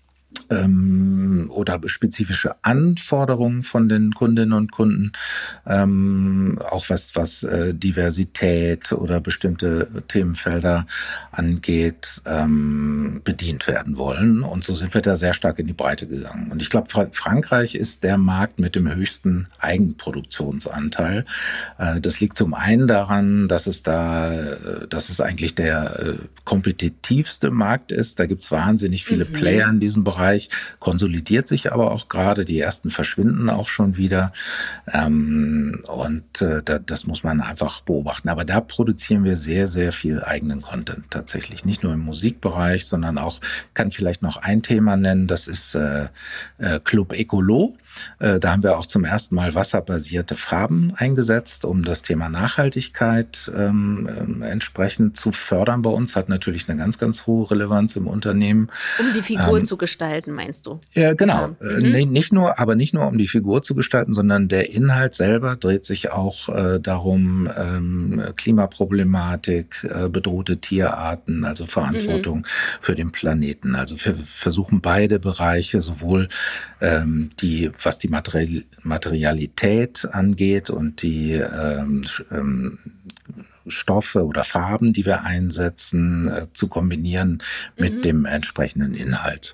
ähm, oder spezifische Anforderungen von den Kundinnen und Kunden, ähm, auch was, was äh, Diversität oder bestimmte Themenfelder angeht, ähm, bedient werden wollen. Und so sind wir da sehr stark in die Breite gegangen. Und ich glaube, Frankreich ist der Markt mit dem höchsten Eigenproduktionsanteil. Äh, das liegt zum einen daran, dass es da, äh, dass es eigentlich der äh, kompetitivste Markt ist. Da gibt es wahnsinnig viele mhm. Player in diesem Bereich. Konsolidiert sich aber auch gerade, die ersten verschwinden auch schon wieder ähm, und äh, da, das muss man einfach beobachten. Aber da produzieren wir sehr, sehr viel eigenen Content tatsächlich, nicht nur im Musikbereich, sondern auch, kann vielleicht noch ein Thema nennen, das ist äh, äh, Club Ecolo. Äh, da haben wir auch zum ersten Mal wasserbasierte Farben eingesetzt, um das Thema Nachhaltigkeit ähm, äh, entsprechend zu fördern bei uns. Hat natürlich eine ganz, ganz hohe Relevanz im Unternehmen. Um die Figur ähm, zu gestalten, meinst du? Ja, genau. Mhm. Äh, nicht nur, aber nicht nur um die Figur zu gestalten, sondern der Inhalt selber dreht sich auch äh, darum, ähm, Klimaproblematik, äh, bedrohte Tierarten, also Verantwortung mhm. für den Planeten. Also wir versuchen beide Bereiche, sowohl ähm, die was die Materi- Materialität angeht und die ähm, ähm, Stoffe oder Farben, die wir einsetzen, äh, zu kombinieren mit mhm. dem entsprechenden Inhalt.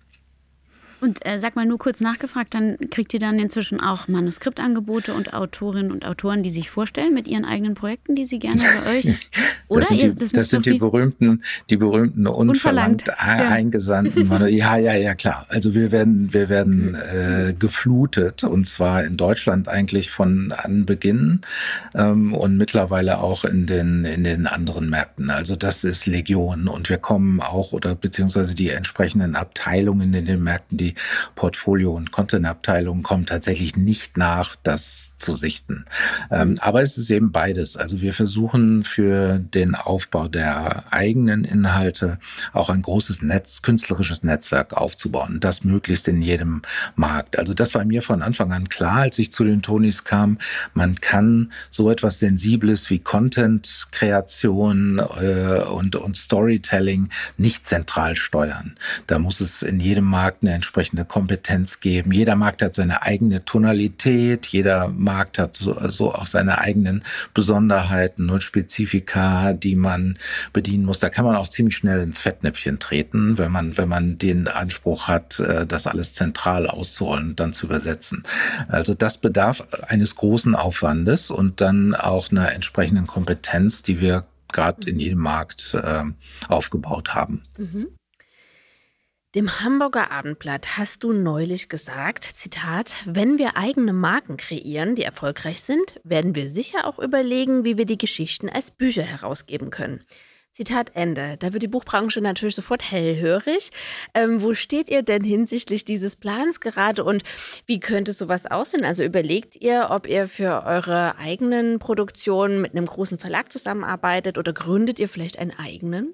Und äh, sag mal, nur kurz nachgefragt, dann kriegt ihr dann inzwischen auch Manuskriptangebote und Autorinnen und Autoren, die sich vorstellen mit ihren eigenen Projekten, die sie gerne bei euch... Oder? Das sind die, das das sind die berühmten, die berühmten unverlangt, unverlangt ja. eingesandten. ja, ja, ja, klar. Also wir werden, wir werden äh, geflutet, und zwar in Deutschland eigentlich von Anbeginn ähm, und mittlerweile auch in den in den anderen Märkten. Also das ist Legion, und wir kommen auch oder beziehungsweise die entsprechenden Abteilungen in den Märkten, die Portfolio- und Content-Abteilungen, kommen tatsächlich nicht nach, das zu sichten. Ähm, aber es ist eben beides. Also wir versuchen für den Aufbau der eigenen Inhalte auch ein großes Netz, künstlerisches Netzwerk aufzubauen. Das möglichst in jedem Markt. Also das war mir von Anfang an klar, als ich zu den Tonys kam. Man kann so etwas Sensibles wie Content-Kreation äh, und, und Storytelling nicht zentral steuern. Da muss es in jedem Markt eine entsprechende Kompetenz geben. Jeder Markt hat seine eigene Tonalität, jeder Markt hat so, so auch seine eigenen Besonderheiten und Spezifika, die man bedienen muss. Da kann man auch ziemlich schnell ins Fettnäpfchen treten, wenn man, wenn man den Anspruch hat, das alles zentral auszurollen und dann zu übersetzen. Also das bedarf eines großen Aufwandes und dann auch einer entsprechenden Kompetenz, die wir gerade in jedem Markt äh, aufgebaut haben. Mhm. Dem Hamburger Abendblatt hast du neulich gesagt, Zitat, wenn wir eigene Marken kreieren, die erfolgreich sind, werden wir sicher auch überlegen, wie wir die Geschichten als Bücher herausgeben können. Zitat Ende. Da wird die Buchbranche natürlich sofort hellhörig. Ähm, wo steht ihr denn hinsichtlich dieses Plans gerade und wie könnte sowas aussehen? Also überlegt ihr, ob ihr für eure eigenen Produktionen mit einem großen Verlag zusammenarbeitet oder gründet ihr vielleicht einen eigenen?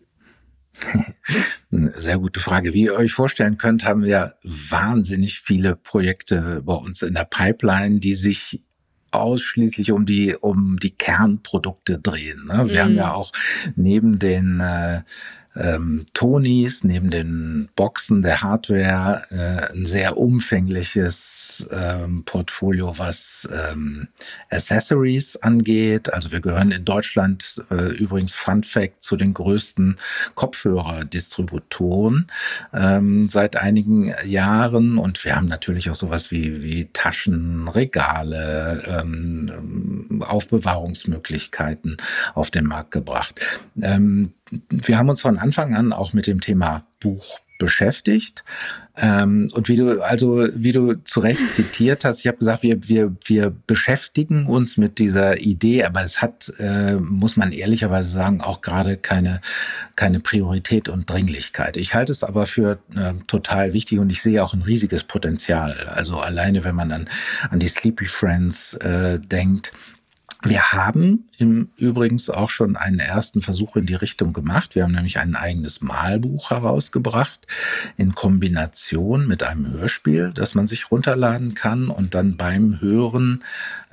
Sehr gute Frage. Wie ihr euch vorstellen könnt, haben wir wahnsinnig viele Projekte bei uns in der Pipeline, die sich ausschließlich um die um die Kernprodukte drehen. Ne? Wir mhm. haben ja auch neben den äh, ähm, Tonys, neben den Boxen der Hardware äh, ein sehr umfängliches ähm, Portfolio, was ähm, Accessories angeht. Also wir gehören in Deutschland äh, übrigens, Fun Fact, zu den größten Kopfhörerdistributoren ähm, seit einigen Jahren, und wir haben natürlich auch sowas wie, wie Taschen, Regale, ähm, Aufbewahrungsmöglichkeiten auf den Markt gebracht. Ähm, Wir haben uns von Anfang an auch mit dem Thema Buch beschäftigt. Ähm, und wie du, also, wie du zu Recht zitiert hast, ich habe gesagt, wir, wir, wir beschäftigen uns mit dieser Idee, aber es hat, äh, muss man ehrlicherweise sagen, auch gerade keine, keine Priorität und Dringlichkeit. Ich halte es aber für äh, total wichtig, und ich sehe auch ein riesiges Potenzial. Also alleine, wenn man an, an die Sleepy Friends äh, denkt, Wir haben im Übrigens auch schon einen ersten Versuch in die Richtung gemacht. Wir haben nämlich ein eigenes Malbuch herausgebracht in Kombination mit einem Hörspiel, das man sich runterladen kann und dann beim Hören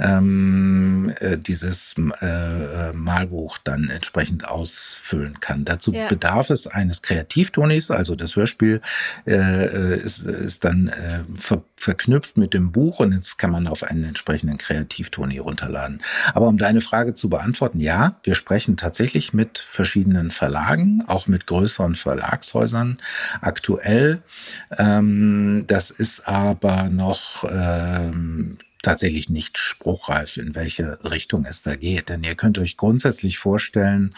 ähm, äh, dieses äh, Malbuch dann entsprechend ausfüllen kann. Dazu ja. bedarf es eines Kreativtonis, also das Hörspiel äh, ist, ist dann äh, ver- verknüpft mit dem Buch und jetzt kann man auf einen entsprechenden Kreativtoni runterladen. Aber um deine Frage zu beantworten, ja, wir sprechen tatsächlich mit verschiedenen Verlagen, auch mit größeren Verlagshäusern aktuell. Ähm, das ist aber noch ähm, tatsächlich nicht spruchreif, in welche Richtung es da geht. Denn ihr könnt euch grundsätzlich vorstellen,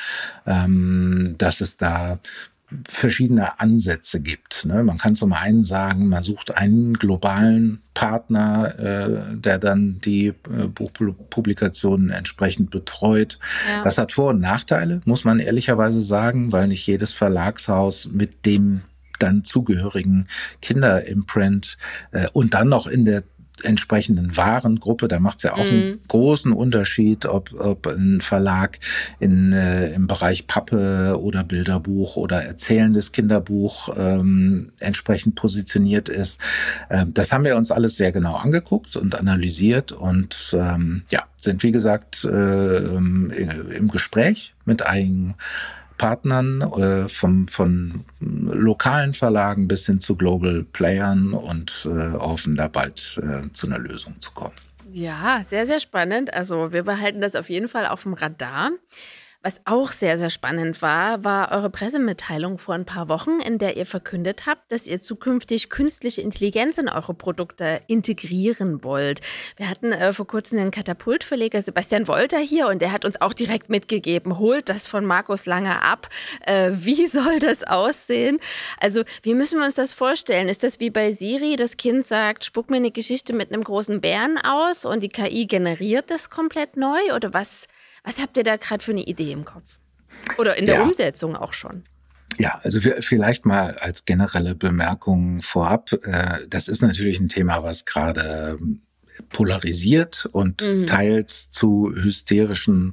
ähm, dass es da verschiedene Ansätze gibt. Ne? Man kann zum einen sagen, man sucht einen globalen Partner, äh, der dann die äh, Buchpublikationen entsprechend betreut. Ja. Das hat Vor- und Nachteile, muss man ehrlicherweise sagen, weil nicht jedes Verlagshaus mit dem dann zugehörigen Kinderimprint äh, und dann noch in der entsprechenden Warengruppe, da macht es ja auch mm. einen großen Unterschied, ob, ob ein Verlag in, äh, im Bereich Pappe oder Bilderbuch oder erzählendes Kinderbuch ähm, entsprechend positioniert ist. Ähm, das haben wir uns alles sehr genau angeguckt und analysiert und ähm, ja, sind wie gesagt äh, im, im Gespräch mit einigen Partnern, äh, vom, von lokalen Verlagen bis hin zu Global Playern und äh, hoffen da bald äh, zu einer Lösung zu kommen. Ja, sehr, sehr spannend. Also wir behalten das auf jeden Fall auf dem Radar. Was auch sehr, sehr spannend war, war eure Pressemitteilung vor ein paar Wochen, in der ihr verkündet habt, dass ihr zukünftig künstliche Intelligenz in eure Produkte integrieren wollt. Wir hatten äh, vor kurzem den Katapult-Verleger Sebastian Wolter hier und der hat uns auch direkt mitgegeben, holt das von Markus Lange ab. Äh, wie soll das aussehen? Also wie müssen wir uns das vorstellen? Ist das wie bei Siri, das Kind sagt, spuck mir eine Geschichte mit einem großen Bären aus und die K I generiert das komplett neu? Oder was? Was habt ihr da gerade für eine Idee im Kopf? Oder in der ja. Umsetzung auch schon? Ja, also vielleicht mal als generelle Bemerkung vorab. Das ist natürlich ein Thema, was gerade polarisiert und mhm. teils zu hysterischen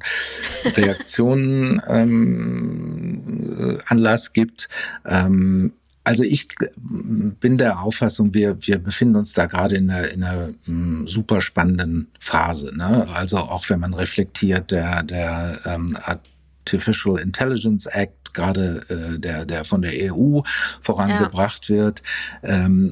Reaktionen ähm, Anlass gibt. Ähm, Also ich bin der Auffassung, wir, wir befinden uns da gerade in einer, in einer m, super spannenden Phase. Ne? Also auch wenn man reflektiert, der, der ähm, Artificial Intelligence Act, gerade äh, der, der von der E U vorangebracht ja. wird ähm,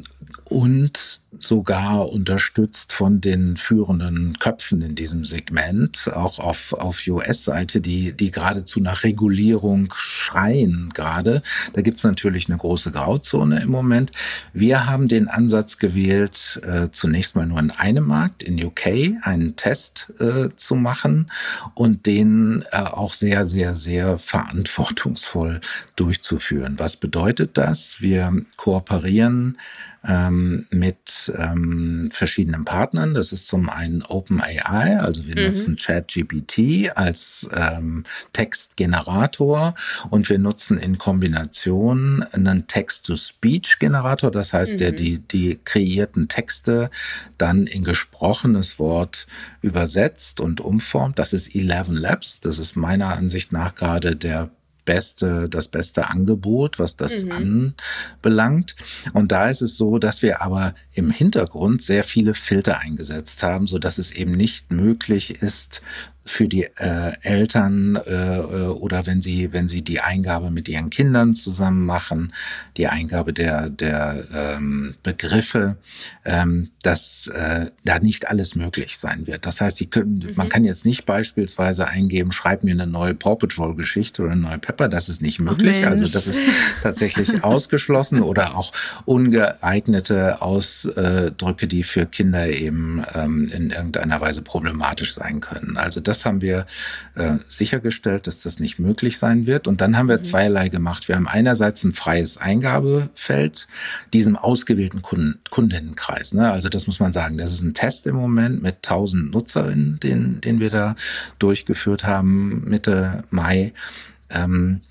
und sogar unterstützt von den führenden Köpfen in diesem Segment, auch auf, auf U S-Seite, die, die geradezu nach Regulierung schreien gerade. Da gibt's natürlich eine große Grauzone im Moment. Wir haben den Ansatz gewählt, äh, zunächst mal nur in einem Markt, in U K, einen Test äh, zu machen und den äh, auch sehr, sehr, sehr verantwortungsvoll durchzuführen. Was bedeutet das? Wir kooperieren ähm, mit ähm, verschiedenen Partnern. Das ist zum einen OpenAI, also wir mhm. nutzen ChatGPT als ähm, Textgenerator und wir nutzen in Kombination einen Text-to-Speech-Generator, das heißt, mhm. der die, die kreierten Texte dann in gesprochenes Wort übersetzt und umformt. Das ist Eleven Labs, das ist meiner Ansicht nach gerade der Beste, das beste Angebot, was das mhm. anbelangt. Und da ist es so, dass wir aber im Hintergrund sehr viele Filter eingesetzt haben, so dass es eben nicht möglich ist, für die äh, Eltern äh, oder wenn sie wenn sie die Eingabe mit ihren Kindern zusammen machen, die Eingabe der der ähm, Begriffe, ähm, dass äh, da nicht alles möglich sein wird. Das heißt, sie können, mhm. man kann jetzt nicht beispielsweise eingeben, schreib mir eine neue Paw Patrol Geschichte oder eine neue Pepper, das ist nicht möglich. Oh, also das ist tatsächlich ausgeschlossen oder auch ungeeignete Ausdrücke, die für Kinder eben ähm, in irgendeiner Weise problematisch sein können. Also das Das haben wir äh, sichergestellt, dass das nicht möglich sein wird. Und dann haben wir mhm. zweierlei gemacht. Wir haben einerseits ein freies Eingabefeld, diesem ausgewählten Kunden, Kundennenkreis. Ne? Also das muss man sagen, das ist ein Test im Moment mit tausend Nutzerinnen, den, den wir da durchgeführt haben Mitte Mai. Ähm,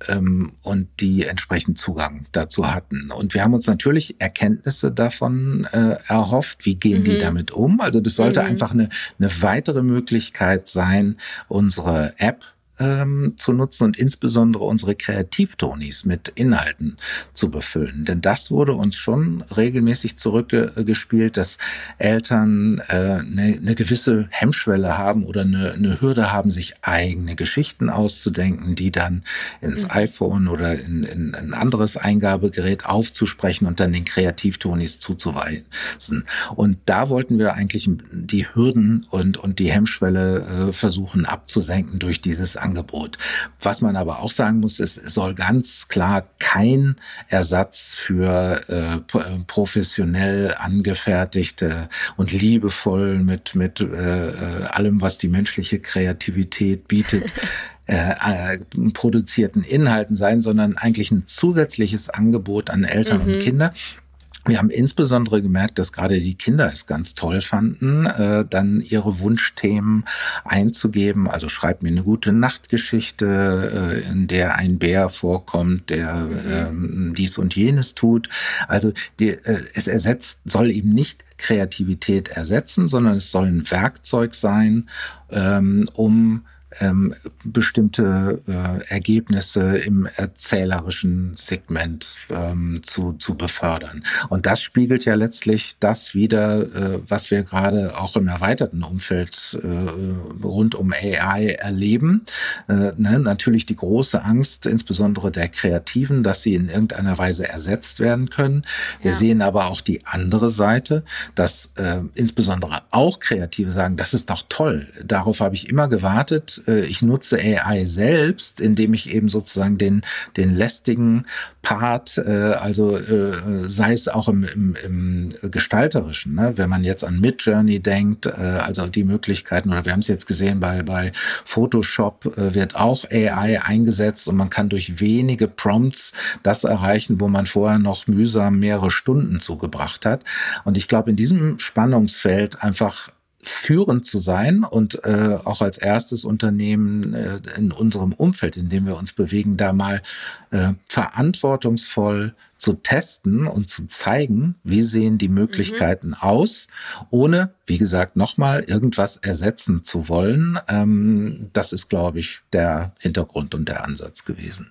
ähm, und die entsprechend Zugang dazu hatten. Und wir haben uns natürlich Erkenntnisse davon äh, erhofft. Wie gehen mhm. die damit um? Also das sollte mhm. einfach eine, eine weitere Möglichkeit sein, unsere App Ähm, zu nutzen und insbesondere unsere Kreativtonis mit Inhalten zu befüllen. Denn das wurde uns schon regelmäßig zurückgespielt, dass Eltern äh, eine, eine gewisse Hemmschwelle haben oder eine, eine Hürde haben, sich eigene Geschichten auszudenken, die dann ins mhm. iPhone oder in, in ein anderes Eingabegerät aufzusprechen und dann den Kreativtonis zuzuweisen. Und da wollten wir eigentlich die Hürden und, und die Hemmschwelle äh, versuchen abzusenken durch dieses Angebot. Was man aber auch sagen muss, ist, es soll ganz klar kein Ersatz für äh, professionell angefertigte und liebevoll mit mit äh, allem, was die menschliche Kreativität bietet, äh, äh, produzierten Inhalten sein, sondern eigentlich ein zusätzliches Angebot an Eltern mhm. und Kinder. Wir haben insbesondere gemerkt, dass gerade die Kinder es ganz toll fanden, äh, dann ihre Wunschthemen einzugeben. Also schreibt mir eine gute Nachtgeschichte, äh, in der ein Bär vorkommt, der äh, dies und jenes tut. Also die, äh, es ersetzt, soll eben nicht Kreativität ersetzen, sondern es soll ein Werkzeug sein, ähm, um Ähm, bestimmte äh, Ergebnisse im erzählerischen Segment ähm, zu, zu befördern. Und das spiegelt ja letztlich das wider, äh, was wir gerade auch im erweiterten Umfeld äh, rund um A I erleben. Äh, ne? Natürlich die große Angst, insbesondere der Kreativen, dass sie in irgendeiner Weise ersetzt werden können. Wir ja. sehen aber auch die andere Seite, dass äh, insbesondere auch Kreative sagen, das ist doch toll, darauf habe ich immer gewartet. Ich nutze A I selbst, indem ich eben sozusagen den, den lästigen Part, äh, also äh, sei es auch im, im, im Gestalterischen, ne? Wenn man jetzt an Midjourney denkt, äh, also die Möglichkeiten, oder wir haben es jetzt gesehen, bei, bei Photoshop äh, wird auch A I eingesetzt und man kann durch wenige Prompts das erreichen, wo man vorher noch mühsam mehrere Stunden zugebracht hat. Und ich glaube, in diesem Spannungsfeld einfach führend zu sein und äh, auch als erstes Unternehmen äh, in unserem Umfeld, in dem wir uns bewegen, da mal äh, verantwortungsvoll zu testen und zu zeigen, wie sehen die Möglichkeiten mhm. aus, ohne, wie gesagt, nochmal irgendwas ersetzen zu wollen. Ähm, das ist, glaube ich, der Hintergrund und der Ansatz gewesen.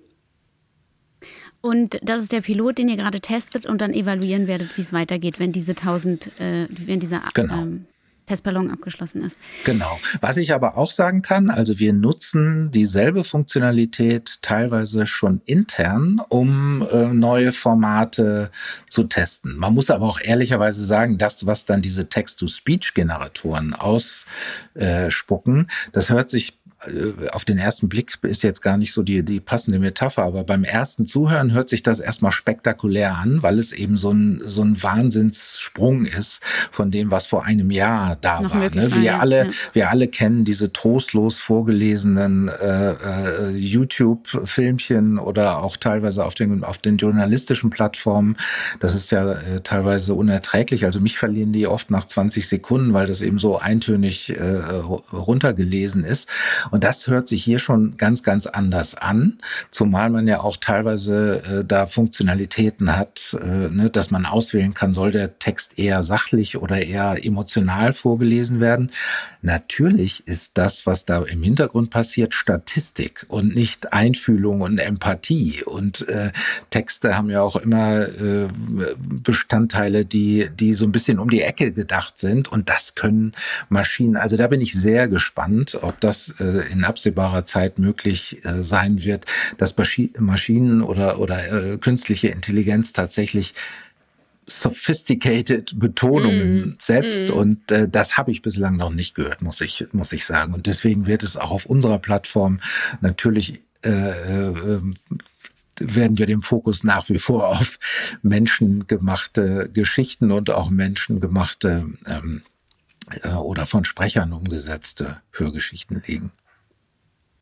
Und das ist der Pilot, den ihr gerade testet und dann evaluieren werdet, wie es weitergeht, wenn diese tausend, äh, wenn dieser genau. ähm, Testballon abgeschlossen ist. Genau. Was ich aber auch sagen kann, also wir nutzen dieselbe Funktionalität teilweise schon intern, um äh, neue Formate zu testen. Man muss aber auch ehrlicherweise sagen, das, was dann diese Text-to-Speech-Generatoren ausspucken, das hört sich auf den ersten Blick ist jetzt gar nicht so die, die passende Metapher, aber beim ersten Zuhören hört sich das erstmal spektakulär an, weil es eben so ein, so ein Wahnsinnssprung ist von dem, was vor einem Jahr da Noch war. Ne? Wir, war, alle, ja. wir alle kennen diese trostlos vorgelesenen äh, äh, YouTube-Filmchen oder auch teilweise auf den, auf den journalistischen Plattformen. Das ist ja äh, teilweise unerträglich. Also mich verlieren die oft nach zwanzig Sekunden, weil das eben so eintönig äh, runtergelesen ist. Und das hört sich hier schon ganz, ganz anders an, zumal man ja auch teilweise äh, da Funktionalitäten hat, äh, ne, dass man auswählen kann, soll der Text eher sachlich oder eher emotional vorgelesen werden. Natürlich ist das, was da im Hintergrund passiert, Statistik und nicht Einfühlung und Empathie. Und äh, Texte haben ja auch immer äh, Bestandteile, die, die so ein bisschen um die Ecke gedacht sind. Und das können Maschinen. Also da bin ich sehr gespannt, ob das äh, in absehbarer Zeit möglich äh, sein wird, dass Maschinen oder, oder äh, künstliche Intelligenz tatsächlich sophisticated Betonungen mm. setzt. Mm. Und äh, das habe ich bislang noch nicht gehört, muss ich, muss ich sagen. Und deswegen wird es auch auf unserer Plattform natürlich äh, äh, werden wir den Fokus nach wie vor auf menschengemachte Geschichten und auch menschengemachte ähm, äh, oder von Sprechern umgesetzte Hörgeschichten legen.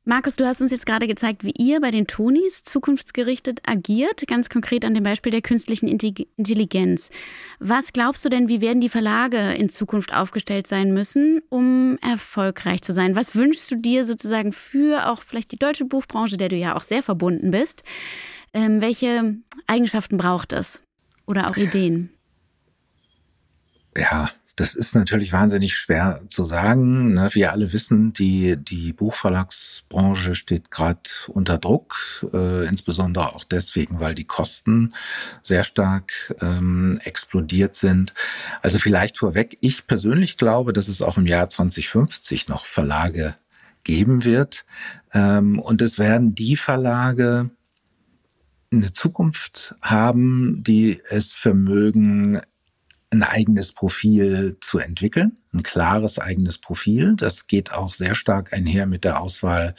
Markus, du hast uns jetzt gerade gezeigt, wie ihr bei den Tonys zukunftsgerichtet agiert, ganz konkret an dem Beispiel der künstlichen Intelligenz. Was glaubst du denn, wie werden die Verlage in Zukunft aufgestellt sein müssen, um erfolgreich zu sein? Was wünschst du dir sozusagen für auch vielleicht die deutsche Buchbranche, der du ja auch sehr verbunden bist? Ähm, welche Eigenschaften braucht es? Oder auch Ideen? Ja, das ist natürlich wahnsinnig schwer zu sagen. Wir alle wissen, die, die Buchverlagsbranche steht gerade unter Druck, äh, insbesondere auch deswegen, weil die Kosten sehr stark ähm, explodiert sind. Also vielleicht vorweg, ich persönlich glaube, dass es auch im Jahr zwanzig fünfzig noch Verlage geben wird. Ähm, und es werden die Verlage eine Zukunft haben, die es vermögen, ein eigenes Profil zu entwickeln, ein klares eigenes Profil. Das geht auch sehr stark einher mit der Auswahl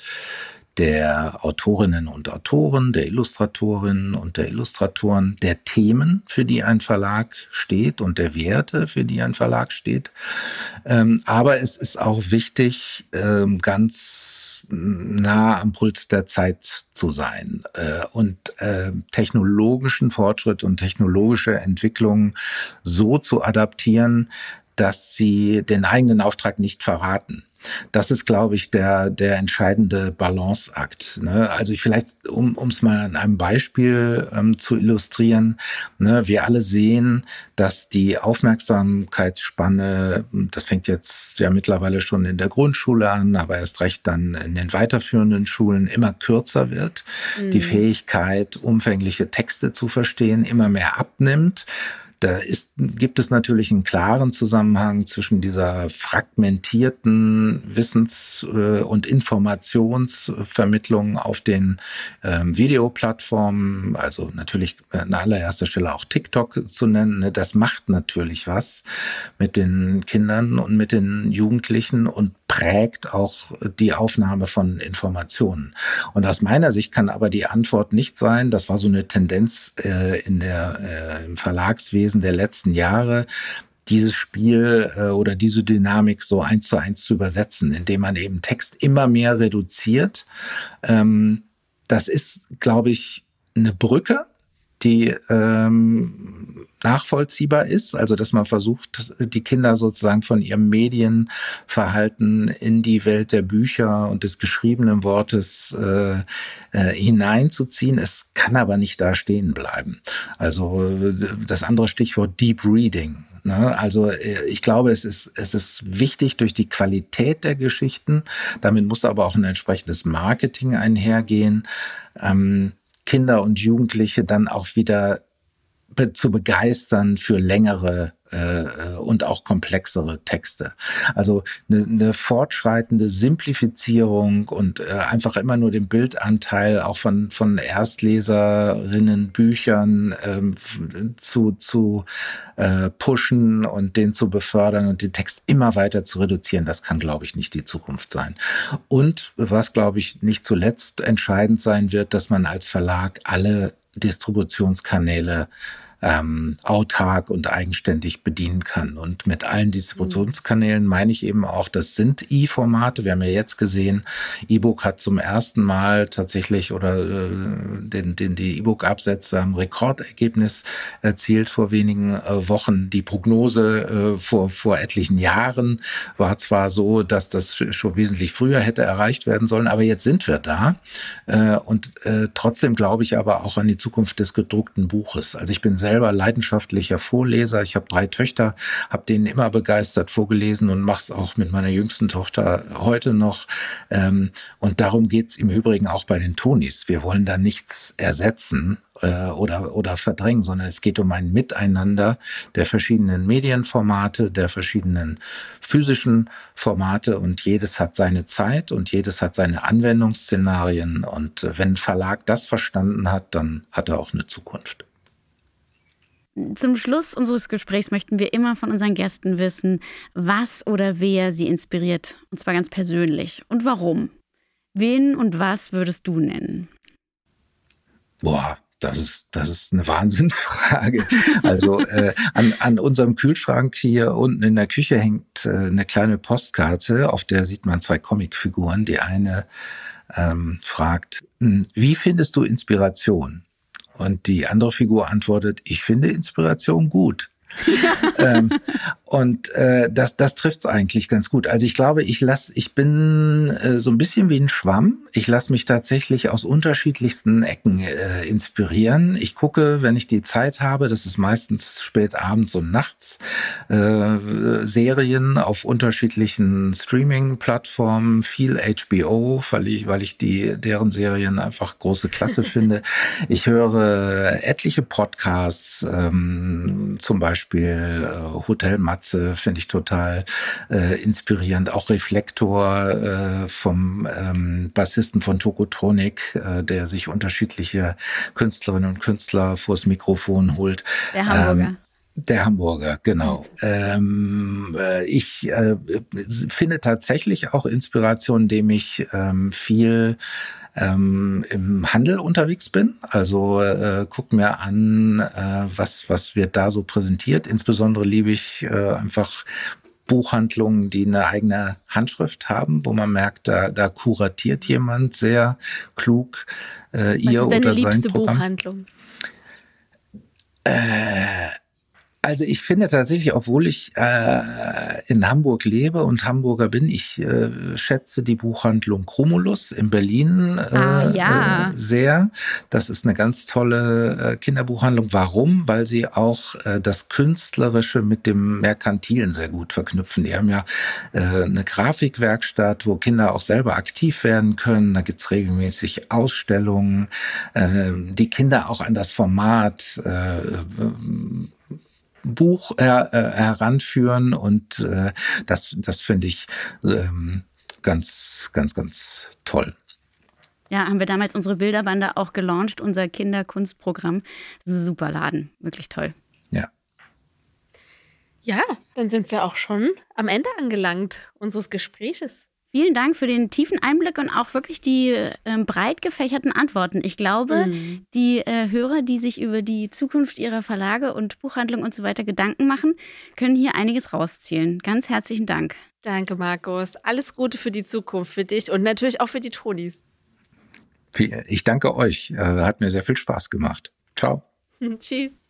der Autorinnen und Autoren, der Illustratorinnen und der Illustratoren, der Themen, für die ein Verlag steht und der Werte, für die ein Verlag steht. Aber es ist auch wichtig, ganz nah am Puls der Zeit zu sein äh, und äh, technologischen Fortschritt und technologische Entwicklungen so zu adaptieren, dass sie den eigenen Auftrag nicht verraten. Das ist, glaube ich, der der entscheidende Balanceakt. Ne? Also vielleicht, um um es mal an einem Beispiel ähm, zu illustrieren, ne? Wir alle sehen, dass die Aufmerksamkeitsspanne, das fängt jetzt ja mittlerweile schon in der Grundschule an, aber erst recht dann in den weiterführenden Schulen immer kürzer wird. Mhm. Die Fähigkeit, umfängliche Texte zu verstehen, immer mehr abnimmt. Da ist, gibt es natürlich einen klaren Zusammenhang zwischen dieser fragmentierten Wissens- und Informationsvermittlung auf den ähm, Videoplattformen, also natürlich an allererster Stelle auch TikTok zu nennen. Das macht natürlich was mit den Kindern und mit den Jugendlichen und prägt auch die Aufnahme von Informationen. Und aus meiner Sicht kann aber die Antwort nicht sein, das war so eine Tendenz äh, in der, äh, im Verlagswesen der letzten Jahre, dieses Spiel äh, oder diese Dynamik so eins zu eins zu übersetzen, indem man eben Text immer mehr reduziert. Ähm, das ist, glaube ich, eine Brücke, die ähm, nachvollziehbar ist, also dass man versucht, die Kinder sozusagen von ihrem Medienverhalten in die Welt der Bücher und des geschriebenen Wortes äh, äh, hineinzuziehen. Es kann aber nicht da stehen bleiben. Also das andere Stichwort Deep Reading. Ne? Also ich glaube, es ist, es ist wichtig durch die Qualität der Geschichten. Damit muss aber auch ein entsprechendes Marketing einhergehen. Ähm, Kinder und Jugendliche dann auch wieder be- zu begeistern für längere äh, und auch komplexere Texte. Also eine, eine fortschreitende Simplifizierung und äh, einfach immer nur den Bildanteil auch von von Erstleserinnen Büchern ähm, zu zu äh, pushen und den zu befördern und den Text immer weiter zu reduzieren, das kann, glaube ich, nicht die Zukunft sein. Und was, glaube ich, nicht zuletzt entscheidend sein wird, dass man als Verlag alle Distributionskanäle ähm, autark und eigenständig bedienen kann. Und mit allen Distributionskanälen meine ich eben auch, das sind E-Formate. Wir haben ja jetzt gesehen, E-Book hat zum ersten Mal tatsächlich oder äh, den, den, die E-Book-Absätze haben Rekordergebnis erzielt vor wenigen äh, Wochen. Die Prognose äh, vor, vor etlichen Jahren war zwar so, dass das schon wesentlich früher hätte erreicht werden sollen, aber jetzt sind wir da. Äh, und äh, trotzdem glaube ich aber auch an die Zukunft des gedruckten Buches. Also ich bin selber leidenschaftlicher Vorleser. Ich habe drei Töchter, habe denen immer begeistert vorgelesen und mache es auch mit meiner jüngsten Tochter heute noch. Und darum geht es im Übrigen auch bei den Tonys. Wir wollen da nichts ersetzen äh, oder, oder verdrängen, sondern es geht um ein Miteinander der verschiedenen Medienformate, der verschiedenen physischen Formate und jedes hat seine Zeit und jedes hat seine Anwendungsszenarien. Und wenn ein Verlag das verstanden hat, dann hat er auch eine Zukunft. Zum Schluss unseres Gesprächs möchten wir immer von unseren Gästen wissen, was oder wer sie inspiriert, und zwar ganz persönlich. Und warum? Wen und was würdest du nennen? Boah, das ist, das ist eine Wahnsinnsfrage. Also äh, an, an unserem Kühlschrank hier unten in der Küche hängt äh, eine kleine Postkarte, auf der sieht man zwei Comicfiguren. Die eine ähm, fragt, wie findest du Inspiration? Und die andere Figur antwortet, ich finde Inspiration gut. ähm, und äh, das, das trifft's eigentlich ganz gut. Also ich glaube, ich lass, ich bin äh, so ein bisschen wie ein Schwamm. Ich lasse mich tatsächlich aus unterschiedlichsten Ecken äh, inspirieren. Ich gucke, wenn ich die Zeit habe, das ist meistens spät abends und nachts, äh, Serien auf unterschiedlichen Streaming-Plattformen, viel H B O, weil ich, weil ich die deren Serien einfach große Klasse finde. Ich höre etliche Podcasts, ähm, zum Beispiel Beispiel äh, Hotel Matze finde ich total äh, inspirierend. Auch Reflektor äh, vom ähm, Bassisten von Tokotronic, äh, der sich unterschiedliche Künstlerinnen und Künstler vors Mikrofon holt. Der Hamburger. Ähm, Der Hamburger, genau. Ähm, äh, ich äh, finde tatsächlich auch Inspiration, indem ich ähm, viel ähm, im Handel unterwegs bin. Also äh, guck mir an, äh, was was wird da so präsentiert. Insbesondere liebe ich äh, einfach Buchhandlungen, die eine eigene Handschrift haben, wo man merkt, da, da kuratiert jemand sehr klug äh, ihr oder sein Programm. Was ist deine liebste Buchhandlung? Äh, Also ich finde tatsächlich, obwohl ich äh, in Hamburg lebe und Hamburger bin, ich äh, schätze die Buchhandlung Chromulus in Berlin äh, ah, ja. äh, sehr. Das ist eine ganz tolle äh, Kinderbuchhandlung. Warum? Weil sie auch äh, das Künstlerische mit dem Merkantilen sehr gut verknüpfen. Die haben ja äh, eine Grafikwerkstatt, wo Kinder auch selber aktiv werden können. Da gibt's regelmäßig Ausstellungen. Äh, die Kinder auch an das Format äh, Buch her, äh, heranführen und äh, das, das finde ich ähm, ganz, ganz, ganz toll. Ja, haben wir damals unsere Bilderbande auch gelauncht, unser Kinderkunstprogramm. Super Laden, wirklich toll. Ja. Ja, dann sind wir auch schon am Ende angelangt unseres Gespräches. Vielen Dank für den tiefen Einblick und auch wirklich die äh, breit gefächerten Antworten. Ich glaube, mhm. die äh, Hörer, die sich über die Zukunft ihrer Verlage und Buchhandlung und so weiter Gedanken machen, können hier einiges rauszielen. Ganz herzlichen Dank. Danke, Markus. Alles Gute für die Zukunft, für dich und natürlich auch für die Tonis. Ich danke euch. Hat mir sehr viel Spaß gemacht. Ciao. Tschüss.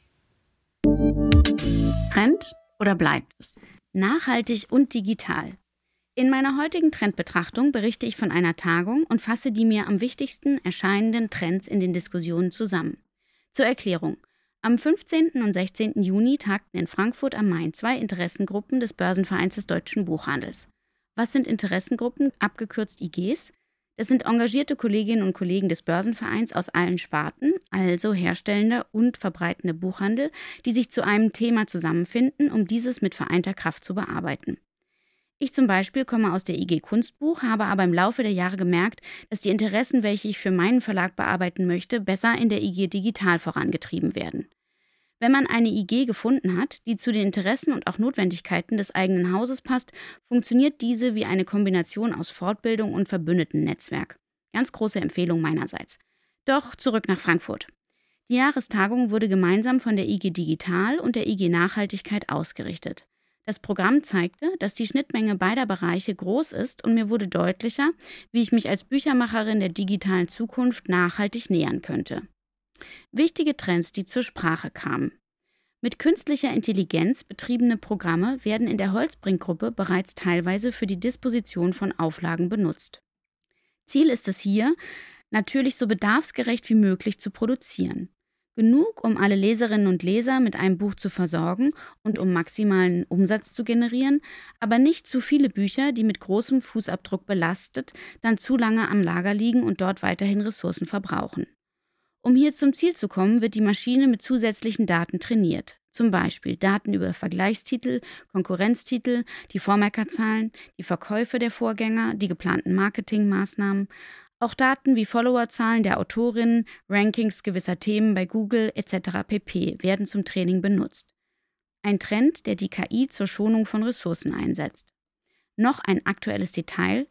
Trend oder bleibt es? Nachhaltig und digital. In meiner heutigen Trendbetrachtung berichte ich von einer Tagung und fasse die mir am wichtigsten erscheinenden Trends in den Diskussionen zusammen. Zur Erklärung. Am fünfzehnten und sechzehnten Juni tagten in Frankfurt am Main zwei Interessengruppen des Börsenvereins des deutschen Buchhandels. Was sind Interessengruppen, abgekürzt I Gs? Das sind engagierte Kolleginnen und Kollegen des Börsenvereins aus allen Sparten, also herstellender und verbreitender Buchhandel, die sich zu einem Thema zusammenfinden, um dieses mit vereinter Kraft zu bearbeiten. Ich zum Beispiel komme aus der I G Kunstbuch, habe aber im Laufe der Jahre gemerkt, dass die Interessen, welche ich für meinen Verlag bearbeiten möchte, besser in der I G Digital vorangetrieben werden. Wenn man eine I G gefunden hat, die zu den Interessen und auch Notwendigkeiten des eigenen Hauses passt, funktioniert diese wie eine Kombination aus Fortbildung und Verbündetennetzwerk. Ganz große Empfehlung meinerseits. Doch zurück nach Frankfurt. Die Jahrestagung wurde gemeinsam von der I G Digital und der I G Nachhaltigkeit ausgerichtet. Das Programm zeigte, dass die Schnittmenge beider Bereiche groß ist und mir wurde deutlicher, wie ich mich als Büchermacherin der digitalen Zukunft nachhaltig nähern könnte. Wichtige Trends, die zur Sprache kamen. Mit künstlicher Intelligenz betriebene Programme werden in der Holzbrink-Gruppe bereits teilweise für die Disposition von Auflagen benutzt. Ziel ist es hier, natürlich so bedarfsgerecht wie möglich zu produzieren. Genug, um alle Leserinnen und Leser mit einem Buch zu versorgen und um maximalen Umsatz zu generieren, aber nicht zu viele Bücher, die mit großem Fußabdruck belastet, dann zu lange am Lager liegen und dort weiterhin Ressourcen verbrauchen. Um hier zum Ziel zu kommen, wird die Maschine mit zusätzlichen Daten trainiert. Zum Beispiel Daten über Vergleichstitel, Konkurrenztitel, die Vormerkerzahlen, die Verkäufe der Vorgänger, die geplanten Marketingmaßnahmen. Auch Daten wie Followerzahlen der Autorinnen, Rankings gewisser Themen bei Google et cetera pp. Werden zum Training benutzt. Ein Trend, der die K I zur Schonung von Ressourcen einsetzt. Noch ein aktuelles Detail: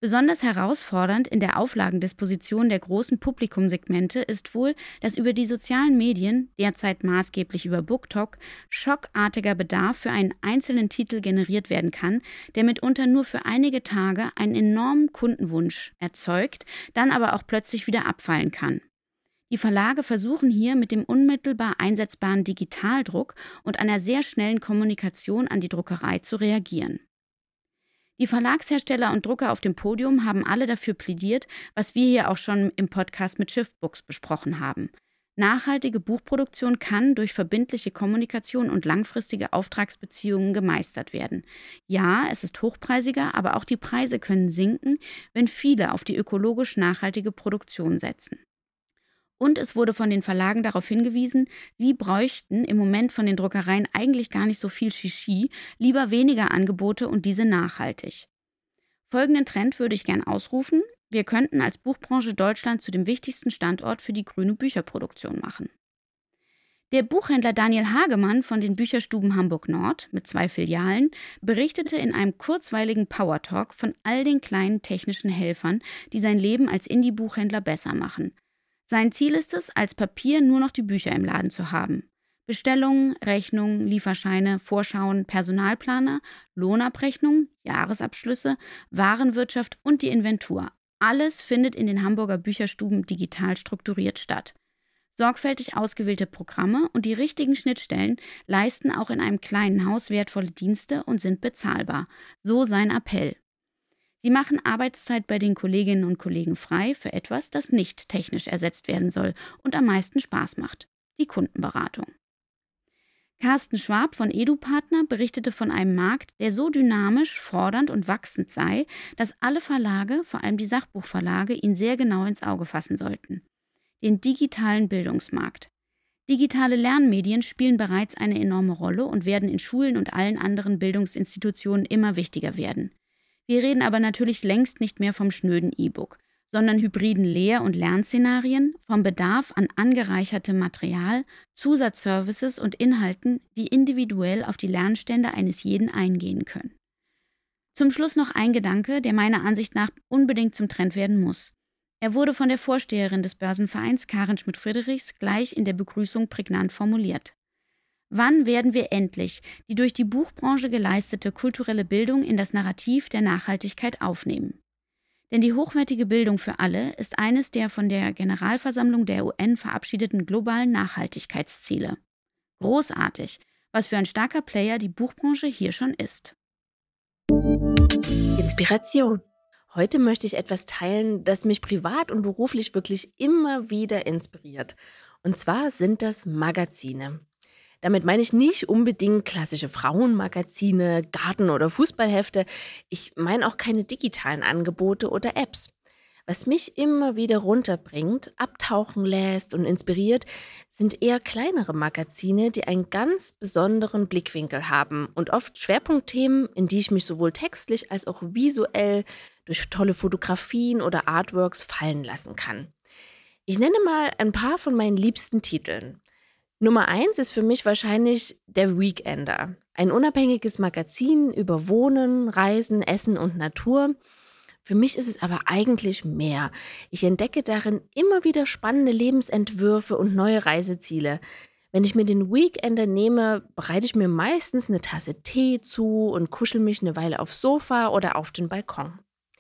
Besonders herausfordernd in der Auflagendisposition der großen Publikumsegmente ist wohl, dass über die sozialen Medien, derzeit maßgeblich über BookTok, schockartiger Bedarf für einen einzelnen Titel generiert werden kann, der mitunter nur für einige Tage einen enormen Kundenwunsch erzeugt, dann aber auch plötzlich wieder abfallen kann. Die Verlage versuchen hier mit dem unmittelbar einsetzbaren Digitaldruck und einer sehr schnellen Kommunikation an die Druckerei zu reagieren. Die Verlagshersteller und Drucker auf dem Podium haben alle dafür plädiert, was wir hier auch schon im Podcast mit Shiftbooks besprochen haben. Nachhaltige Buchproduktion kann durch verbindliche Kommunikation und langfristige Auftragsbeziehungen gemeistert werden. Ja, es ist hochpreisiger, aber auch die Preise können sinken, wenn viele auf die ökologisch nachhaltige Produktion setzen. Und es wurde von den Verlagen darauf hingewiesen, sie bräuchten im Moment von den Druckereien eigentlich gar nicht so viel Shishi, lieber weniger Angebote und diese nachhaltig. Folgenden Trend würde ich gern ausrufen: Wir könnten als Buchbranche Deutschland zu dem wichtigsten Standort für die grüne Bücherproduktion machen. Der Buchhändler Daniel Hagemann von den Bücherstuben Hamburg Nord mit zwei Filialen berichtete in einem kurzweiligen Power-Talk von all den kleinen technischen Helfern, die sein Leben als Indie-Buchhändler besser machen. Sein Ziel ist es, als Papier nur noch die Bücher im Laden zu haben. Bestellungen, Rechnungen, Lieferscheine, Vorschauen, Personalplaner, Lohnabrechnung, Jahresabschlüsse, Warenwirtschaft und die Inventur. Alles findet in den Hamburger Bücherstuben digital strukturiert statt. Sorgfältig ausgewählte Programme und die richtigen Schnittstellen leisten auch in einem kleinen Haus wertvolle Dienste und sind bezahlbar. So sein Appell. Sie machen Arbeitszeit bei den Kolleginnen und Kollegen frei für etwas, das nicht technisch ersetzt werden soll und am meisten Spaß macht: die Kundenberatung. Carsten Schwab von EduPartner berichtete von einem Markt, der so dynamisch, fordernd und wachsend sei, dass alle Verlage, vor allem die Sachbuchverlage, ihn sehr genau ins Auge fassen sollten: den digitalen Bildungsmarkt. Digitale Lernmedien spielen bereits eine enorme Rolle und werden in Schulen und allen anderen Bildungsinstitutionen immer wichtiger werden. Wir reden aber natürlich längst nicht mehr vom schnöden E-Book, sondern hybriden Lehr- und Lernszenarien, vom Bedarf an angereichertem Material, Zusatzservices und Inhalten, die individuell auf die Lernstände eines jeden eingehen können. Zum Schluss noch ein Gedanke, der meiner Ansicht nach unbedingt zum Trend werden muss. Er wurde von der Vorsteherin des Börsenvereins Karin Schmidt-Friedrichs gleich in der Begrüßung prägnant formuliert. Wann werden wir endlich die durch die Buchbranche geleistete kulturelle Bildung in das Narrativ der Nachhaltigkeit aufnehmen? Denn die hochwertige Bildung für alle ist eines der von der Generalversammlung der U N verabschiedeten globalen Nachhaltigkeitsziele. Großartig, was für ein starker Player die Buchbranche hier schon ist. Inspiration. Heute möchte ich etwas teilen, das mich privat und beruflich wirklich immer wieder inspiriert. Und zwar sind das Magazine. Damit meine ich nicht unbedingt klassische Frauenmagazine, Garten- oder Fußballhefte. Ich meine auch keine digitalen Angebote oder Apps. Was mich immer wieder runterbringt, abtauchen lässt und inspiriert, sind eher kleinere Magazine, die einen ganz besonderen Blickwinkel haben und oft Schwerpunktthemen, in die ich mich sowohl textlich als auch visuell durch tolle Fotografien oder Artworks fallen lassen kann. Ich nenne mal ein paar von meinen liebsten Titeln. Nummer eins ist für mich wahrscheinlich der Weekender. Ein unabhängiges Magazin über Wohnen, Reisen, Essen und Natur. Für mich ist es aber eigentlich mehr. Ich entdecke darin immer wieder spannende Lebensentwürfe und neue Reiseziele. Wenn ich mir den Weekender nehme, bereite ich mir meistens eine Tasse Tee zu und kuschel mich eine Weile aufs Sofa oder auf den Balkon.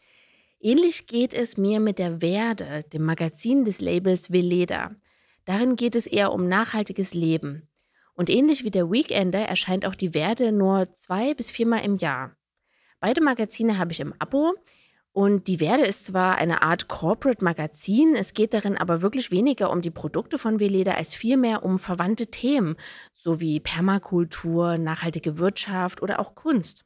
Ähnlich geht es mir mit der Werde, dem Magazin des Labels Veleda. Darin geht es eher um nachhaltiges Leben. Und ähnlich wie der Weekender erscheint auch die Werde nur zwei bis viermal im Jahr. Beide Magazine habe ich im Abo und die Werde ist zwar eine Art Corporate-Magazin, es geht darin aber wirklich weniger um die Produkte von Veleda als vielmehr um verwandte Themen, sowie Permakultur, nachhaltige Wirtschaft oder auch Kunst.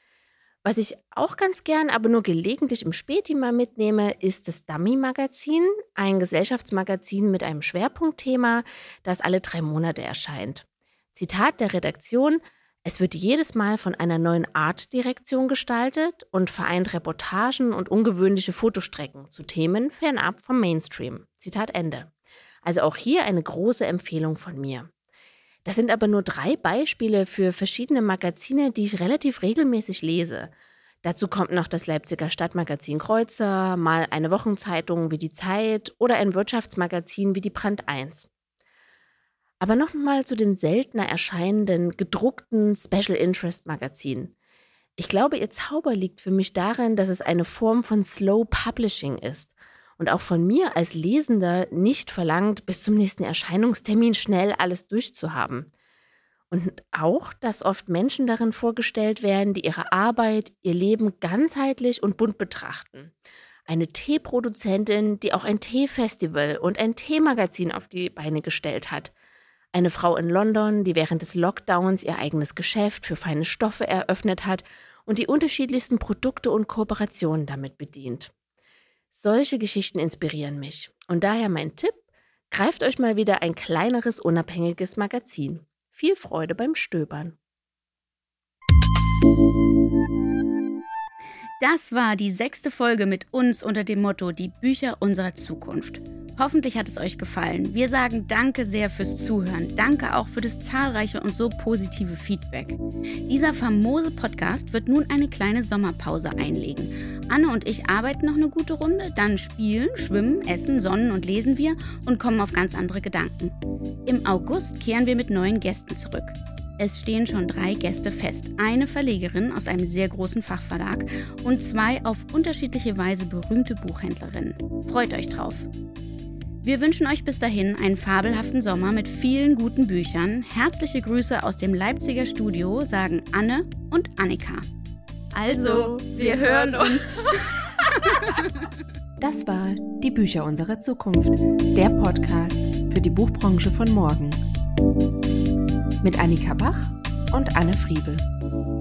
Was ich auch ganz gern, aber nur gelegentlich im Späti mal mitnehme, ist das Dummy-Magazin, ein Gesellschaftsmagazin mit einem Schwerpunktthema, das alle drei Monate erscheint. Zitat der Redaktion: Es wird jedes Mal von einer neuen Artdirektion gestaltet und vereint Reportagen und ungewöhnliche Fotostrecken zu Themen fernab vom Mainstream. Zitat Ende. Also auch hier eine große Empfehlung von mir. Das sind aber nur drei Beispiele für verschiedene Magazine, die ich relativ regelmäßig lese. Dazu kommt noch das Leipziger Stadtmagazin Kreuzer, mal eine Wochenzeitung wie die Zeit oder ein Wirtschaftsmagazin wie die Brand eins. Aber nochmal zu den seltener erscheinenden, gedruckten Special Interest Magazinen. Ich glaube, ihr Zauber liegt für mich darin, dass es eine Form von Slow Publishing ist und auch von mir als Lesender nicht verlangt, bis zum nächsten Erscheinungstermin schnell alles durchzuhaben. Und auch, dass oft Menschen darin vorgestellt werden, die ihre Arbeit, ihr Leben ganzheitlich und bunt betrachten. Eine Teeproduzentin, die auch ein Teefestival und ein Teemagazin auf die Beine gestellt hat. Eine Frau in London, die während des Lockdowns ihr eigenes Geschäft für feine Stoffe eröffnet hat und die unterschiedlichsten Produkte und Kooperationen damit bedient. Solche Geschichten inspirieren mich. Und daher mein Tipp, greift euch mal wieder ein kleineres, unabhängiges Magazin. Viel Freude beim Stöbern. Das war die sechste Folge mit uns unter dem Motto Die Bücher unserer Zukunft. Hoffentlich hat es euch gefallen. Wir sagen danke sehr fürs Zuhören. Danke auch für das zahlreiche und so positive Feedback. Dieser famose Podcast wird nun eine kleine Sommerpause einlegen. Anne und ich arbeiten noch eine gute Runde, dann spielen, schwimmen, essen, sonnen und lesen wir und kommen auf ganz andere Gedanken. Im August kehren wir mit neuen Gästen zurück. Es stehen schon drei Gäste fest. Eine Verlegerin aus einem sehr großen Fachverlag und zwei auf unterschiedliche Weise berühmte Buchhändlerinnen. Freut euch drauf! Wir wünschen euch bis dahin einen fabelhaften Sommer mit vielen guten Büchern. Herzliche Grüße aus dem Leipziger Studio, sagen Anne und Annika. Also, wir hören uns. Das war Die Bücher unserer Zukunft, der Podcast für die Buchbranche von morgen. Mit Annika Bach und Anne Friebel.